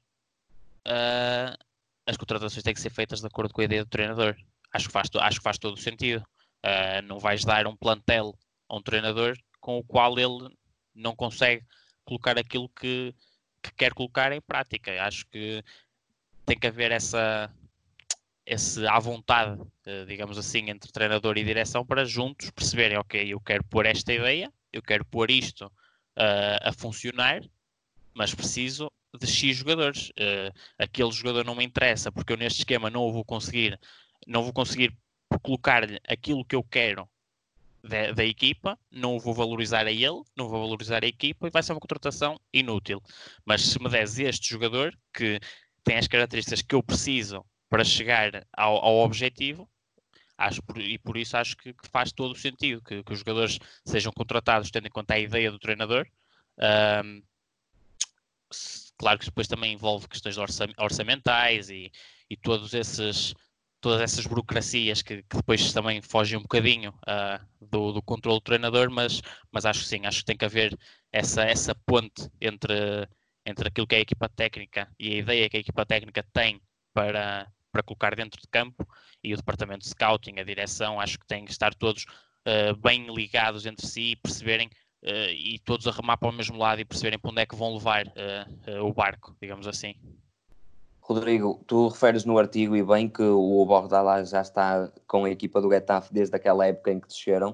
uh, as contratações têm que ser feitas de acordo com a ideia do treinador. Acho que faz, acho que faz todo o sentido. Uh, não vais dar um plantel a um treinador com o qual ele não consegue colocar aquilo que, que quer colocar em prática. Acho que tem que haver essa, esse à vontade, uh, digamos assim, entre treinador e direção, para juntos perceberem, ok, eu quero pôr esta ideia, eu quero pôr isto uh, a funcionar, mas preciso de X jogadores. Uh, aquele jogador não me interessa, porque eu neste esquema não o vou conseguir, não vou conseguir colocar-lhe aquilo que eu quero da, da equipa, não o vou valorizar a ele, não vou valorizar a equipa, e vai ser uma contratação inútil. Mas se me des este jogador que tem as características que eu preciso para chegar ao, ao objetivo, acho, e por isso acho que, que faz todo o sentido que, que os jogadores sejam contratados tendo em conta a ideia do treinador. Um, claro que depois também envolve questões orçamentais e, e todos esses, todas essas burocracias que, que depois também fogem um bocadinho uh, do, do controle do treinador, mas, mas acho que sim, acho que tem que haver essa, essa ponte entre, entre aquilo que é a equipa técnica e a ideia que a equipa técnica tem para, para colocar dentro de campo, e o departamento de scouting, a direção. Acho que têm que estar todos uh, bem ligados entre si e perceberem Uh, e todos a remar para o mesmo lado e perceberem para onde é que vão levar uh, uh, o barco, digamos assim. Rodrigo, tu referes no artigo, e bem, que o Bordalás já está com a equipa do Getafe desde aquela época em que desceram.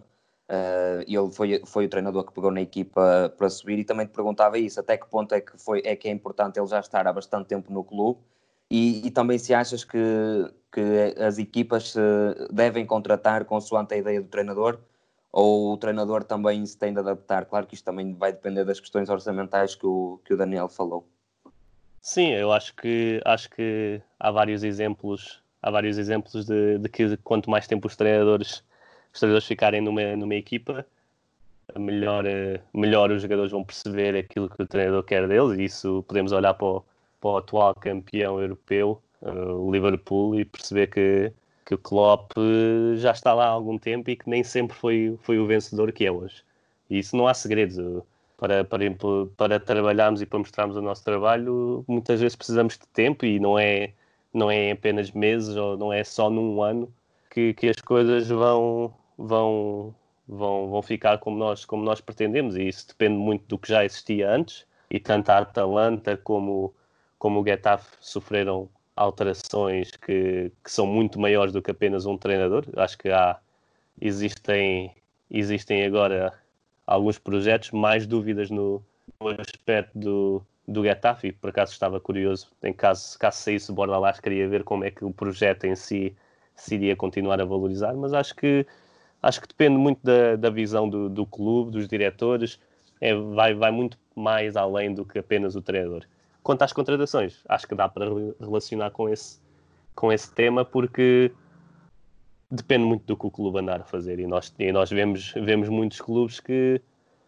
Uh, ele foi, foi o treinador que pegou na equipa para subir, e também te perguntava isso, até que ponto é que, foi, é que é importante ele já estar há bastante tempo no clube, e, e também se achas que, que as equipas devem contratar consoante a ideia do treinador, ou o treinador também se tem de adaptar. Claro que isto também vai depender das questões orçamentais que o, que o Daniel falou. Sim, eu acho que, acho que há vários exemplos, há vários exemplos de, de que quanto mais tempo os treinadores, os treinadores ficarem numa, numa equipa, melhor, melhor os jogadores vão perceber aquilo que o treinador quer deles, e isso podemos olhar para o, para o atual campeão europeu, o Liverpool, e perceber que, que o Klopp já está lá há algum tempo e que nem sempre foi, foi o vencedor que é hoje. E isso não há segredos. Para, para, para trabalharmos e para mostrarmos o nosso trabalho, muitas vezes precisamos de tempo, e não é, não é em apenas meses, ou não é só num ano que, que as coisas vão, vão, vão, vão ficar como nós, como nós pretendemos, e isso depende muito do que já existia antes, e tanto a Atalanta como, como o Getafe sofreram alterações que, que são muito maiores do que apenas um treinador. Acho que há, existem, existem agora alguns projetos, mais dúvidas no, no aspecto do, do Getafe, e por acaso estava curioso, em caso, caso saísse o Bordalás, queria ver como é que o projeto em si se iria continuar a valorizar, mas acho que, acho que depende muito da, da visão do, do clube, dos diretores, é, vai, vai muito mais além do que apenas o treinador. Quanto às contratações, acho que dá para relacionar com esse, com esse tema, porque depende muito do que o clube andar a fazer, e nós, e nós vemos, vemos muitos clubes que,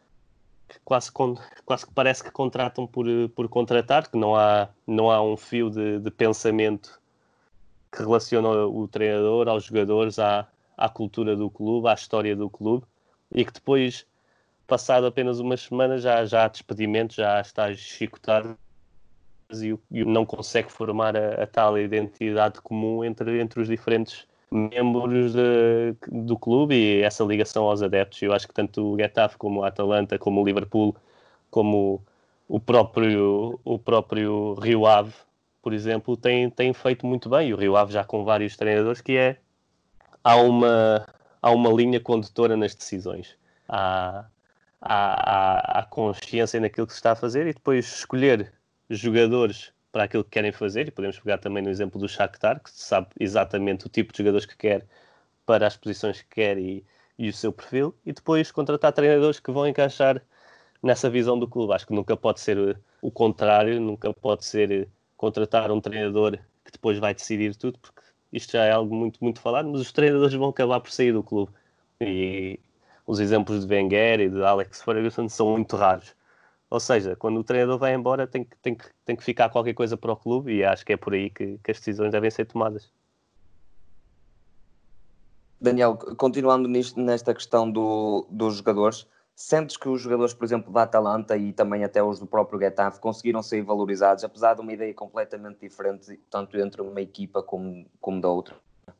que quase, quase que parece que contratam por, por contratar, que não há, não há um fio de, de pensamento que relaciona o treinador aos jogadores, à, à cultura do clube, à história do clube, e que depois, passado apenas umas semanas, já, já há despedimentos, já está chicotado, e, e não consegue formar a, a tal identidade comum entre, entre os diferentes membros de, do clube, e essa ligação aos adeptos. Eu acho que tanto o Getafe como o Atalanta, como o Liverpool, como o próprio, o próprio Rio Ave, por exemplo, têm, têm feito muito bem. E o Rio Ave já com vários treinadores, que é há uma, há uma linha condutora nas decisões. Há, há, há, há consciência naquilo que se está a fazer, e depois escolher jogadores para aquilo que querem fazer, e podemos pegar também no exemplo do Shakhtar, que sabe exatamente o tipo de jogadores que quer para as posições que quer, e, e o seu perfil, e depois contratar treinadores que vão encaixar nessa visão do clube. Acho que nunca pode ser o contrário, nunca pode ser contratar um treinador que depois vai decidir tudo, porque isto já é algo muito, muito falado, mas os treinadores vão acabar por sair do clube. E os exemplos de Wenger e de Alex Ferguson são muito raros. Ou seja, quando o treinador vai embora, tem que, tem que, tem que ficar qualquer coisa para o clube, e acho que é por aí que, que as decisões devem ser tomadas. Daniel, continuando nisto, nesta questão do, dos jogadores, sentes que os jogadores, por exemplo, da Atalanta e também até os do próprio Getafe, conseguiram ser valorizados, apesar de uma ideia completamente diferente, tanto entre uma equipa como, como da outra?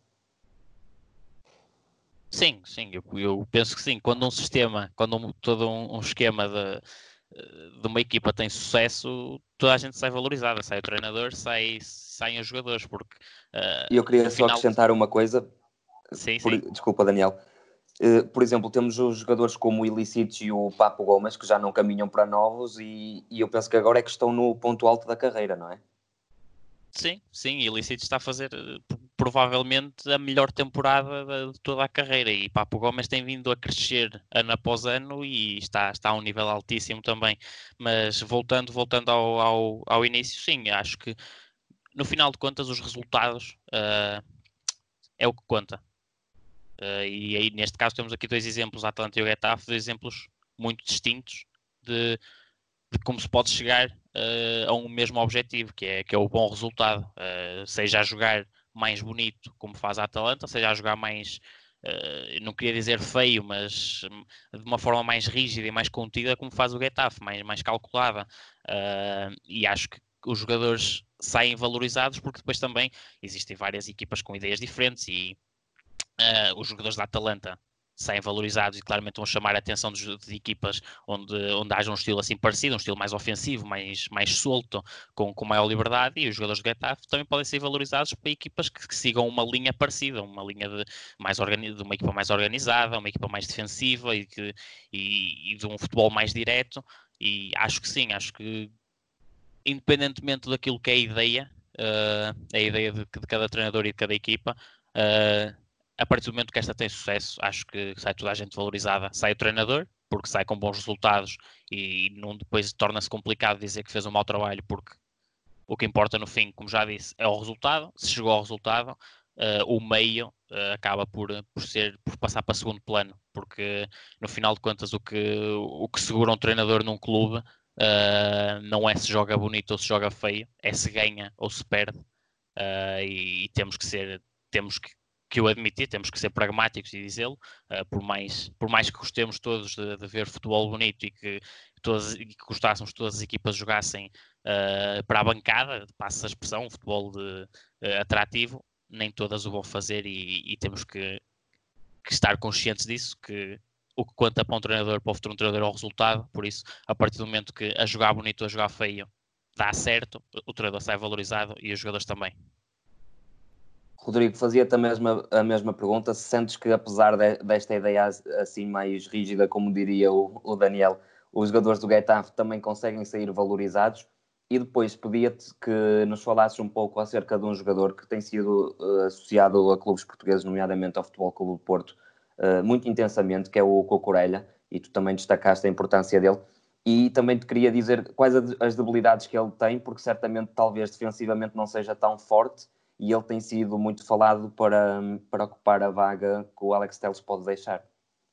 Sim, sim, eu, eu penso que sim. Quando um sistema, quando um, todo um, um esquema de, de uma equipa tem sucesso, toda a gente sai valorizada, sai o treinador, sai, saem os jogadores, porque E eu queria no só final... acrescentar uma coisa. Sim, por, sim. Desculpa, Daniel. Uh, por exemplo, temos os jogadores como o Ilicic e o Papo Gomes, que já não caminham para novos, e, e eu penso que agora é que estão no ponto alto da carreira, não é? Sim, sim, e Ilicic está a fazer provavelmente a melhor temporada de, de toda a carreira, e Papo Gomes tem vindo a crescer ano após ano, e está, está a um nível altíssimo também. Mas voltando, voltando ao, ao, ao início, sim, acho que no final de contas os resultados uh, é o que conta. Uh, e aí neste caso temos aqui dois exemplos, a Atalanta e o Getafe, dois exemplos muito distintos de, de como se pode chegar uh, a um mesmo objetivo, que é, que é o bom resultado, uh, seja a jogar mais bonito, como faz a Atalanta, seja a jogar mais, uh, não queria dizer feio, mas de uma forma mais rígida e mais contida, como faz o Getafe, mais, mais calculada. Uh, e acho que os jogadores saem valorizados, porque depois também existem várias equipas com ideias diferentes, e Uh, os jogadores da Atalanta saem valorizados e claramente vão chamar a atenção de, de equipas onde, onde haja um estilo assim parecido, um estilo mais ofensivo, mais, mais solto, com, com maior liberdade, e os jogadores do Getafe também podem ser valorizados para equipas que, que sigam uma linha parecida, uma linha de, mais organi- de uma equipa mais organizada, uma equipa mais defensiva e, que, e, e de um futebol mais direto. E acho que sim, acho que independentemente daquilo que é a ideia, uh, a ideia de, de cada treinador e de cada equipa, uh, a partir do momento que esta tem sucesso, acho que sai toda a gente valorizada. Sai o treinador, porque sai com bons resultados, e não, depois torna-se complicado dizer que fez um mau trabalho, porque o que importa no fim, como já disse, é o resultado. Se chegou ao resultado, uh, o meio uh, acaba por, por, ser, por passar para segundo plano, porque no final de contas o que, o que segura um treinador num clube uh, não é se joga bonito ou se joga feio, é se ganha ou se perde, uh, e, e temos que ser, temos que, que o admitir, temos que ser pragmáticos e dizê-lo, uh, por, mais, por mais que gostemos todos de, de ver futebol bonito e que, todas, e que gostássemos que todas as equipas jogassem uh, para a bancada, passa a expressão, um futebol de, uh, atrativo, nem todas o vão fazer, e, e temos que, que estar conscientes disso, que o que conta para um treinador, para o futuro treinador, é o resultado. Por isso, a partir do momento que a jogar bonito ou a jogar feio dá certo, o treinador sai valorizado e os jogadores também. Rodrigo, fazia-te a mesma, a mesma pergunta. Se sentes que, apesar de, desta ideia assim mais rígida, como diria o, o Daniel, os jogadores do Getafe também conseguem sair valorizados? E depois pedia-te que nos falasses um pouco acerca de um jogador que tem sido uh, associado a clubes portugueses, nomeadamente ao Futebol Clube do Porto, uh, muito intensamente, que é o Cucurella, e tu também destacaste a importância dele. E também te queria dizer quais as debilidades que ele tem, porque certamente talvez defensivamente não seja tão forte, e ele tem sido muito falado para, para ocupar a vaga que o Alex Telles pode deixar.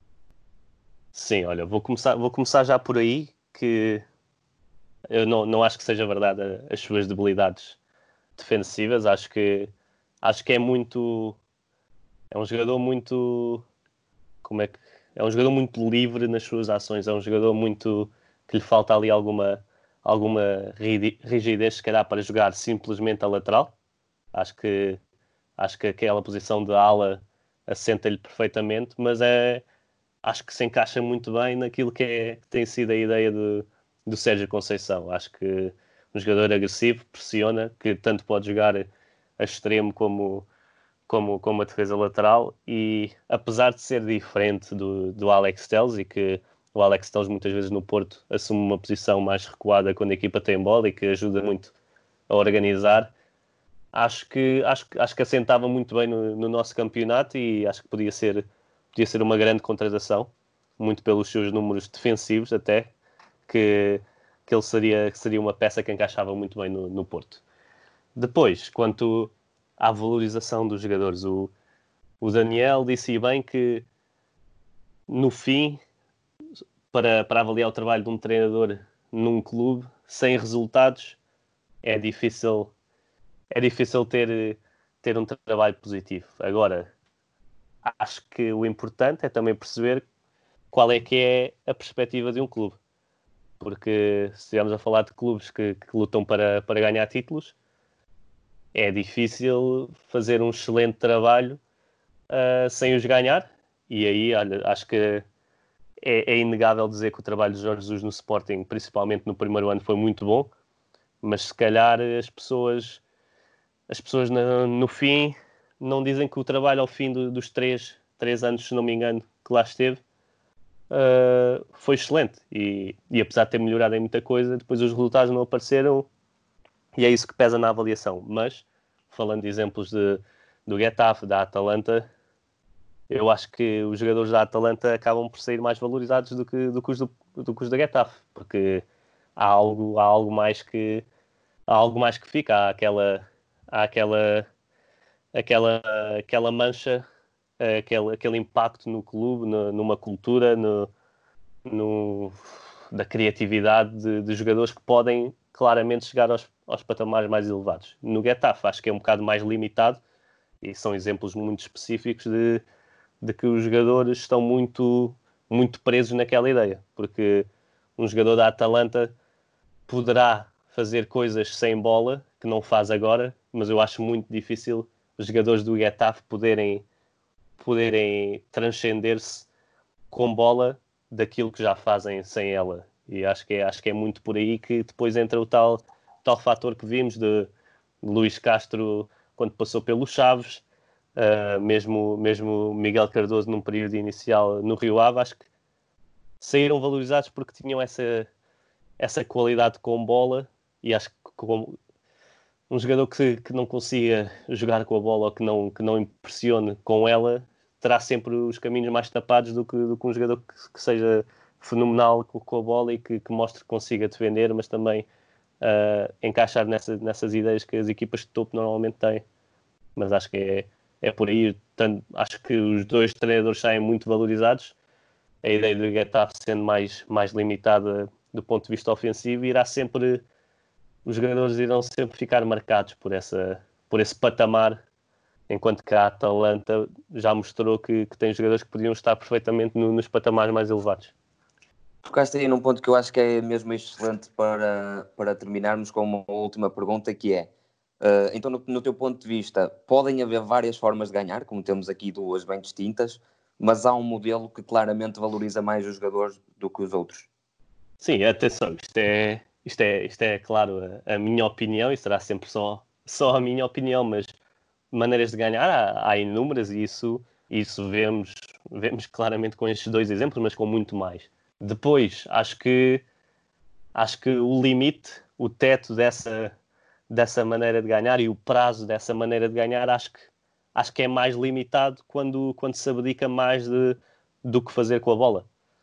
Sim, olha, vou começar, vou começar já por aí, que eu não, não acho que seja verdade as suas debilidades defensivas. Acho que, acho que é muito... É um jogador muito... Como é que... É um jogador muito livre nas suas ações. É um jogador muito... que lhe falta ali alguma, alguma rigidez, se calhar, para jogar simplesmente a lateral. Acho que, acho que aquela posição de ala assenta-lhe perfeitamente, mas é... acho que se encaixa muito bem naquilo que, é, que tem sido a ideia de, do Sérgio Conceição. Acho que um jogador agressivo, pressiona, que tanto pode jogar a extremo como, como, como a defesa lateral, e apesar de ser diferente do, do Alex Telles, e que o Alex Telles muitas vezes no Porto assume uma posição mais recuada quando a equipa tem bola e que ajuda muito a organizar, acho que, acho, acho que assentava muito bem no, no nosso campeonato, e acho que podia ser... podia ser uma grande contratação, muito pelos seus números defensivos até, que, que ele seria, seria uma peça que encaixava muito bem no, no Porto. Depois, quanto à valorização dos jogadores, o, o Daniel disse bem que, no fim, para, para avaliar o trabalho de um treinador num clube, sem resultados, é difícil, é difícil ter, ter um trabalho positivo. Agora, acho que o importante é também perceber qual é que é a perspectiva de um clube. Porque se estivermos a falar de clubes que, que lutam para, para ganhar títulos, é difícil fazer um excelente trabalho uh, sem os ganhar. E aí, olha, acho que é, é inegável dizer que o trabalho de Jorge Jesus no Sporting, principalmente no primeiro ano, foi muito bom. Mas se calhar as pessoas, as pessoas no, no fim... não dizem que o trabalho ao fim do, dos três, três anos, se não me engano, que lá esteve, uh, foi excelente. E, e apesar de ter melhorado em muita coisa, depois os resultados não apareceram, e é isso que pesa na avaliação. Mas, falando de exemplos de, do Getafe, da Atalanta, eu acho que os jogadores da Atalanta acabam por sair mais valorizados do que, do que os do, do que os da Getafe, porque há algo, há algo mais que há algo mais que fica, há aquela... Há aquela Aquela, aquela mancha, aquele, aquele impacto no clube, no, numa cultura, no, no, da criatividade de, de jogadores que podem claramente chegar aos, aos patamares mais elevados. No Getafe acho que é um bocado mais limitado, e são exemplos muito específicos de, de que os jogadores estão muito, muito presos naquela ideia, porque um jogador da Atalanta poderá fazer coisas sem bola, que não faz agora, mas eu acho muito difícil os jogadores do Getafe poderem, poderem transcender-se com bola daquilo que já fazem sem ela. E acho que é, acho que é muito por aí que depois entra o tal, tal fator que vimos de Luís Castro quando passou pelos Chaves, uh, mesmo, mesmo Miguel Cardoso num período inicial no Rio Ave, acho que saíram valorizados porque tinham essa, essa qualidade com bola, e acho que como um jogador que, que não consiga jogar com a bola ou que não, que não impressione com ela terá sempre os caminhos mais tapados do que, do que um jogador que, que seja fenomenal com, com a bola e que, que mostre que consiga defender, mas também uh, encaixar nessa, nessas ideias que as equipas de topo normalmente têm. Mas acho que é, é por aí. Tanto, acho que os dois treinadores saem muito valorizados. A ideia do Getafe sendo mais, mais limitada do ponto de vista ofensivo, irá sempre, os jogadores irão sempre ficar marcados por, essa, por esse patamar, enquanto que a Atalanta já mostrou que, que tem jogadores que podiam estar perfeitamente no, nos patamares mais elevados. Tocaste aí num ponto que eu acho que é mesmo excelente para, para terminarmos com uma última pergunta, que é, uh, então no, no teu ponto de vista, podem haver várias formas de ganhar, como temos aqui duas bem distintas, mas há um modelo que claramente valoriza mais os jogadores do que os outros? Sim, atenção, isto é, isto é, isto é claro, a, a minha opinião, e será sempre só, só a minha opinião, mas maneiras de ganhar há, há inúmeras, e isso, isso vemos, vemos claramente com estes dois exemplos, mas com muito mais. Depois, acho que, acho que o limite, o teto dessa, dessa maneira de ganhar e o prazo dessa maneira de ganhar, acho que, acho que é mais limitado quando, quando se abdica mais de, do que fazer com a bola.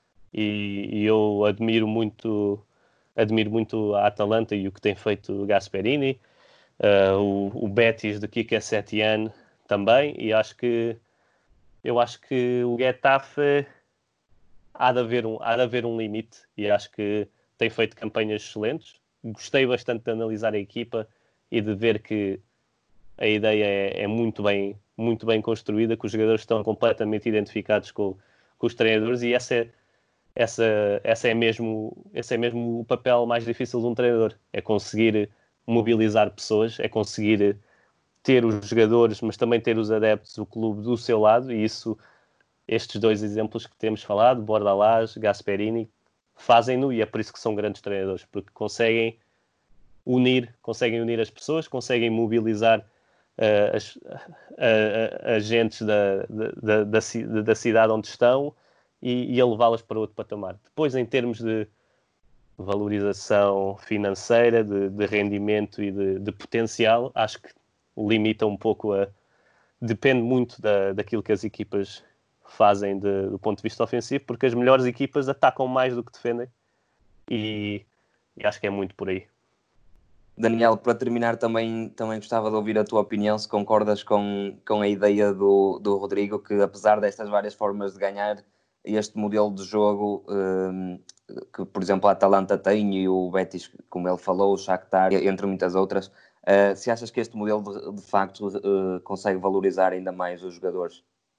E, e eu admiro muito, admiro muito a Atalanta e o que tem feito o Gasperini, uh, o, o Betis de Quique Setien também, e acho que eu acho que o Getafe há de haver um, há de haver um limite, e acho que tem feito campanhas excelentes. Gostei bastante de analisar a equipa e de ver que a ideia é, é muito, bem, muito bem construída, que os jogadores estão completamente identificados com, com os treinadores, e essa é, essa, essa é mesmo, esse é mesmo o papel mais difícil de um treinador, é conseguir mobilizar pessoas, é conseguir ter os jogadores, mas também ter os adeptos, o clube do seu lado, e isso, estes dois exemplos que temos falado, Bordalás, Gasperini, fazem-no, e é por isso que são grandes treinadores, porque conseguem unir, conseguem unir as pessoas, conseguem mobilizar uh, as uh, agentes da, da, da, da, da cidade onde estão e, e a levá-las para outro patamar. Depois, em termos de valorização financeira, de, de rendimento e de, de potencial, acho que limita um pouco a... Depende muito da, daquilo que as equipas fazem de, do ponto de vista ofensivo, porque as melhores equipas atacam mais do que defendem, e, e acho que é muito por aí. Daniel, para terminar, também, também gostava de ouvir a tua opinião, se concordas com, com a ideia do, do Rodrigo, que apesar destas várias formas de ganhar, este modelo de jogo um, que, por exemplo, a Atalanta tem, e o Betis, como ele falou, o Shakhtar, entre muitas outras, uh, se achas que este modelo de, de facto uh, consegue valorizar ainda mais os jogadores?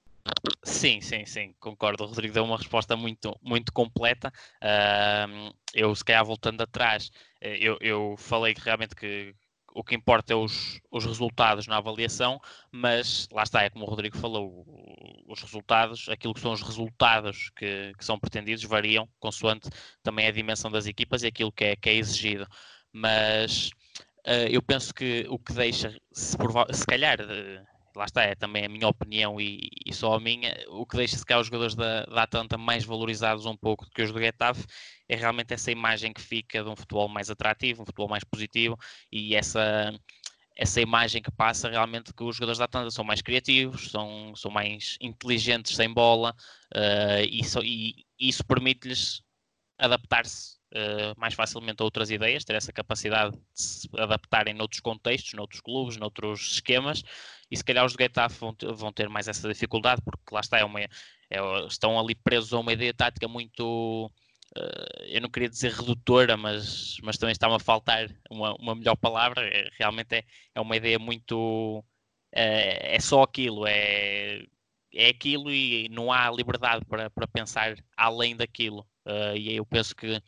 Sim, sim, sim, concordo. O Rodrigo deu uma resposta muito, muito completa. Uh, eu, se calhar, voltando atrás, eu, eu falei que realmente que o que importa é os, os resultados na avaliação, mas lá está, é como o Rodrigo falou, os resultados, aquilo que são os resultados que, que são pretendidos variam consoante também a dimensão das equipas e aquilo que é, que é exigido. Mas uh, eu penso que o que deixa, se, se calhar... Uh, lá está, é também a minha opinião e, e só a minha, o que deixa se calhar os jogadores da, da Atalanta mais valorizados um pouco do que os do Getafe é realmente essa imagem que fica de um futebol mais atrativo, um futebol mais positivo, e essa, essa imagem que passa realmente que os jogadores da Atalanta são mais criativos, são, são mais inteligentes sem bola, uh, e, so, e isso permite-lhes adaptar-se uh, mais facilmente a outras ideias, ter essa capacidade de se adaptarem noutros contextos, noutros clubes, noutros esquemas, e se calhar os do Getafe vão, vão ter mais essa dificuldade, porque lá está, é uma, é, estão ali presos a uma ideia tática muito, uh, eu não queria dizer redutora, mas, mas também está-me a faltar uma, uma melhor palavra, é, realmente é, é uma ideia muito, é, é só aquilo, é, é aquilo e não há liberdade para, para pensar além daquilo, uh, e aí eu penso que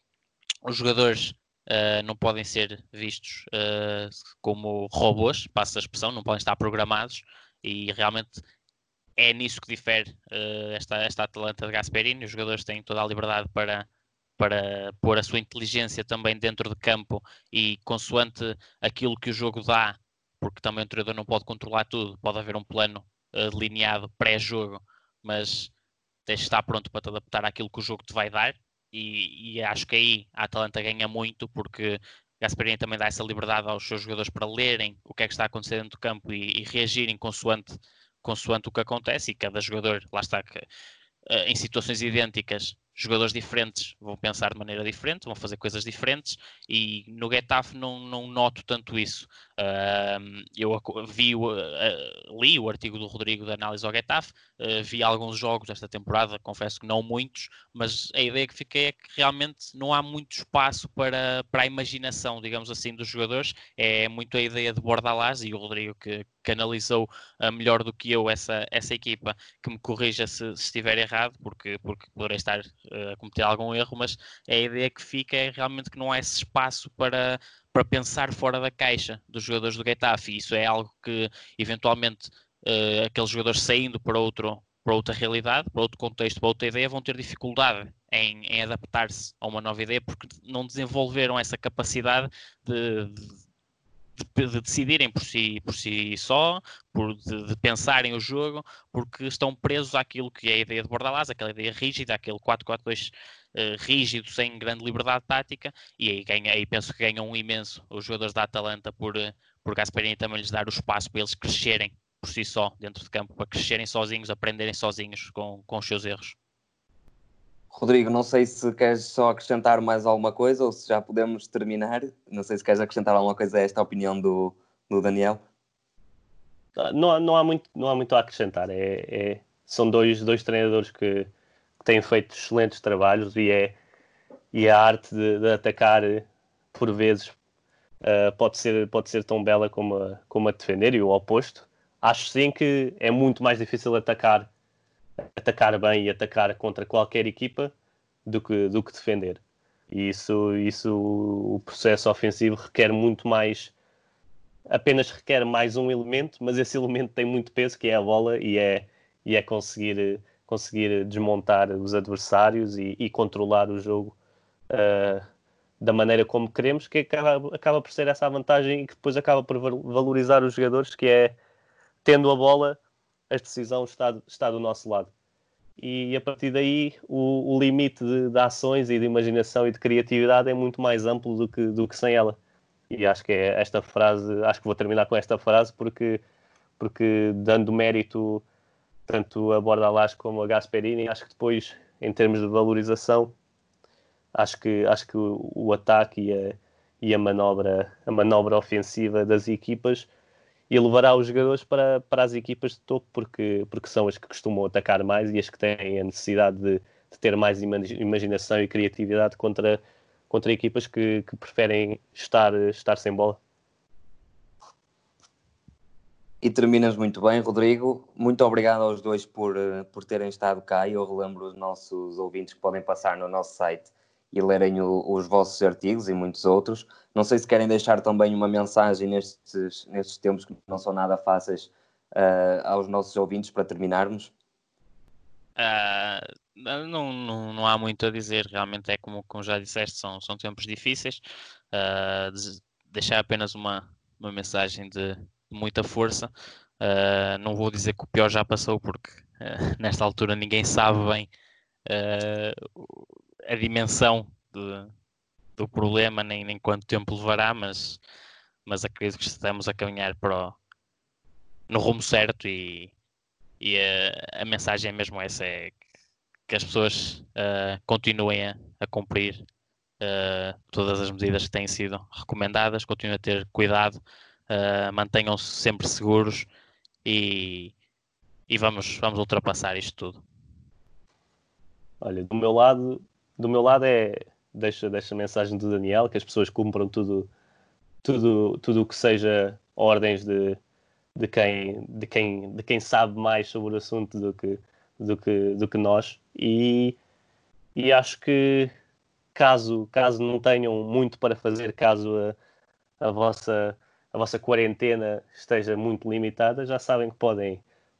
os jogadores Uh, não podem ser vistos uh, como robôs, passa a expressão, não podem estar programados, e realmente é nisso que difere uh, esta, esta Atalanta de Gasperini. Os jogadores têm toda a liberdade para, para pôr a sua inteligência também dentro de campo e consoante aquilo que o jogo dá, porque também o treinador não pode controlar tudo, pode haver um plano uh, delineado pré-jogo, mas tens de estar pronto para te adaptar àquilo que o jogo te vai dar, e, e acho que aí a Atalanta ganha muito, porque Gasperini também dá essa liberdade aos seus jogadores para lerem o que é que está a acontecer dentro do campo e, e reagirem consoante, consoante o que acontece, e cada jogador, lá está, que, uh, em situações idênticas, jogadores diferentes vão pensar de maneira diferente, vão fazer coisas diferentes, e no Getafe não, não noto tanto isso. Uh, eu vi, uh, li o artigo do Rodrigo de análise ao Getafe, uh, vi alguns jogos desta temporada, confesso que não muitos, mas a ideia que fiquei é que realmente não há muito espaço para, para a imaginação, digamos assim, dos jogadores. É muito a ideia de Bordalás, e o Rodrigo que, que analisou uh, melhor do que eu essa, essa equipa, que me corrija se, se estiver errado, porque, porque poderei estar a cometer algum erro, mas a ideia que fica é realmente que não há esse espaço para, para pensar fora da caixa dos jogadores do Getafe, e isso é algo que eventualmente uh, aqueles jogadores saindo para, outro, para outra realidade, para outro contexto, para outra ideia, vão ter dificuldade em, em adaptar-se a uma nova ideia, porque não desenvolveram essa capacidade de, de De, de decidirem por si, por si só, por, de, de pensarem o jogo, porque estão presos àquilo que é a ideia de Bordalás, aquela ideia rígida, aquele quatro quatro dois uh, rígido, sem grande liberdade tática, e aí, ganha, aí penso que ganham um imenso os jogadores da Atalanta por, por Gasperini também lhes dar o espaço para eles crescerem por si só, dentro de campo, para crescerem sozinhos, aprenderem sozinhos com, com os seus erros. Rodrigo, não sei se queres só acrescentar mais alguma coisa ou se já podemos terminar. Não sei se queres acrescentar alguma coisa a esta opinião do, do Daniel. Não, não, há muito, não há muito a acrescentar. É, é, são dois, dois treinadores que, que têm feito excelentes trabalhos, e, é, e a arte de, de atacar, por vezes, uh, pode, ser, pode ser tão bela como a, como a defender, e o oposto. Acho sim que é muito mais difícil atacar atacar bem e atacar contra qualquer equipa do que, do que defender. E isso, isso, o processo ofensivo requer muito mais, apenas requer mais um elemento, mas esse elemento tem muito peso, que é a bola, e é, e é conseguir, conseguir desmontar os adversários e, e controlar o jogo uh, da maneira como queremos, que acaba, acaba por ser essa a vantagem, e que depois acaba por valorizar os jogadores, que é, tendo a bola, a decisão está, está do nosso lado. E a partir daí o, o limite de, de ações e de imaginação e de criatividade é muito mais amplo do que, do que sem ela. E acho que é esta frase, acho que vou terminar com esta frase, porque, porque dando mérito tanto a Bordalás como a Gasperini, acho que depois, em termos de valorização, acho que, acho que o, o ataque e, a, e a, manobra, a manobra ofensiva das equipas e levará os jogadores para, para as equipas de topo, porque, porque são as que costumam atacar mais e as que têm a necessidade de, de ter mais imaginação e criatividade contra, contra equipas que, que preferem estar, estar sem bola. E terminas muito bem, Rodrigo. Muito obrigado aos dois por, por terem estado cá. Eu relembro os nossos ouvintes que podem passar no nosso site e lerem o, os vossos artigos e muitos outros. Não sei se querem deixar também uma mensagem nestes, nestes tempos que não são nada fáceis uh, aos nossos ouvintes para terminarmos. Uh, não, não, não há muito a dizer, realmente é como, como já disseste, são, são tempos difíceis. Uh, de, deixar apenas uma, uma mensagem de, de muita força. Uh, não vou dizer que o pior já passou, porque uh, nesta altura ninguém sabe bem uh, a dimensão de, do problema, nem, nem quanto tempo levará, mas, mas acredito que estamos a caminhar para o, no rumo certo, e, e a, a mensagem é mesmo essa, é que as pessoas uh, continuem a, a cumprir uh, todas as medidas que têm sido recomendadas, continuem a ter cuidado, uh, mantenham-se sempre seguros, e, e vamos, vamos ultrapassar isto tudo. Olha, do meu lado, do meu lado é deixa, deixa a mensagem do Daniel, que as pessoas cumpram tudo tudo tudo o que seja ordens de, de, quem, de, quem, de quem sabe mais sobre o assunto do que, do que, do que nós, e, e acho que caso, caso não tenham muito para fazer, caso a, a, vossa, a vossa quarentena esteja muito limitada, já sabem que podem,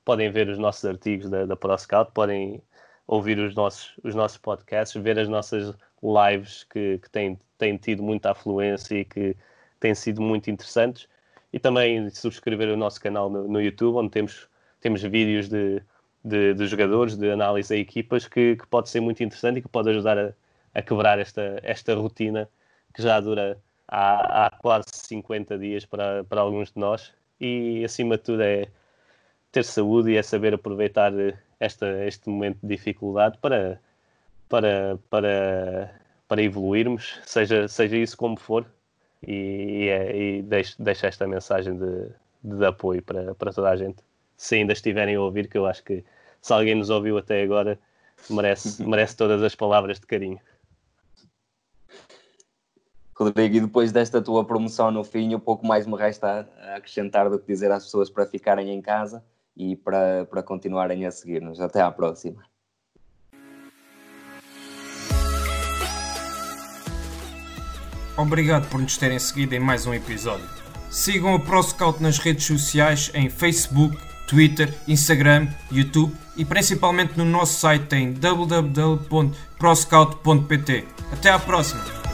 podem ver os nossos artigos da, da ProScout, podem ouvir os nossos, os nossos podcasts, ver as nossas lives que, que têm, têm tido muita afluência e que têm sido muito interessantes. E também subscrever o nosso canal no, no YouTube, onde temos, temos vídeos de, de, de jogadores, de análise a equipas, que, que pode ser muito interessante e que pode ajudar a, a quebrar esta, esta rotina que já dura há, há quase cinquenta dias para, para alguns de nós. E, acima de tudo, é ter saúde e é saber aproveitar esta, este momento de dificuldade para, para, para, para evoluirmos, seja, seja isso como for. E, e, e deixo, deixo esta mensagem de, de apoio para, para toda a gente, se ainda estiverem a ouvir, que eu acho que se alguém nos ouviu até agora merece, merece todas as palavras de carinho. Rodrigo, e depois desta tua promoção no fim, um pouco mais me resta a acrescentar do que dizer às pessoas para ficarem em casa e para, para continuarem a seguir-nos. Até à próxima. Obrigado por nos terem seguido em mais um episódio. Sigam a ProScout nas redes sociais em Facebook, Twitter, Instagram, YouTube e principalmente no nosso site em w w w ponto proscout ponto p t. Até à próxima!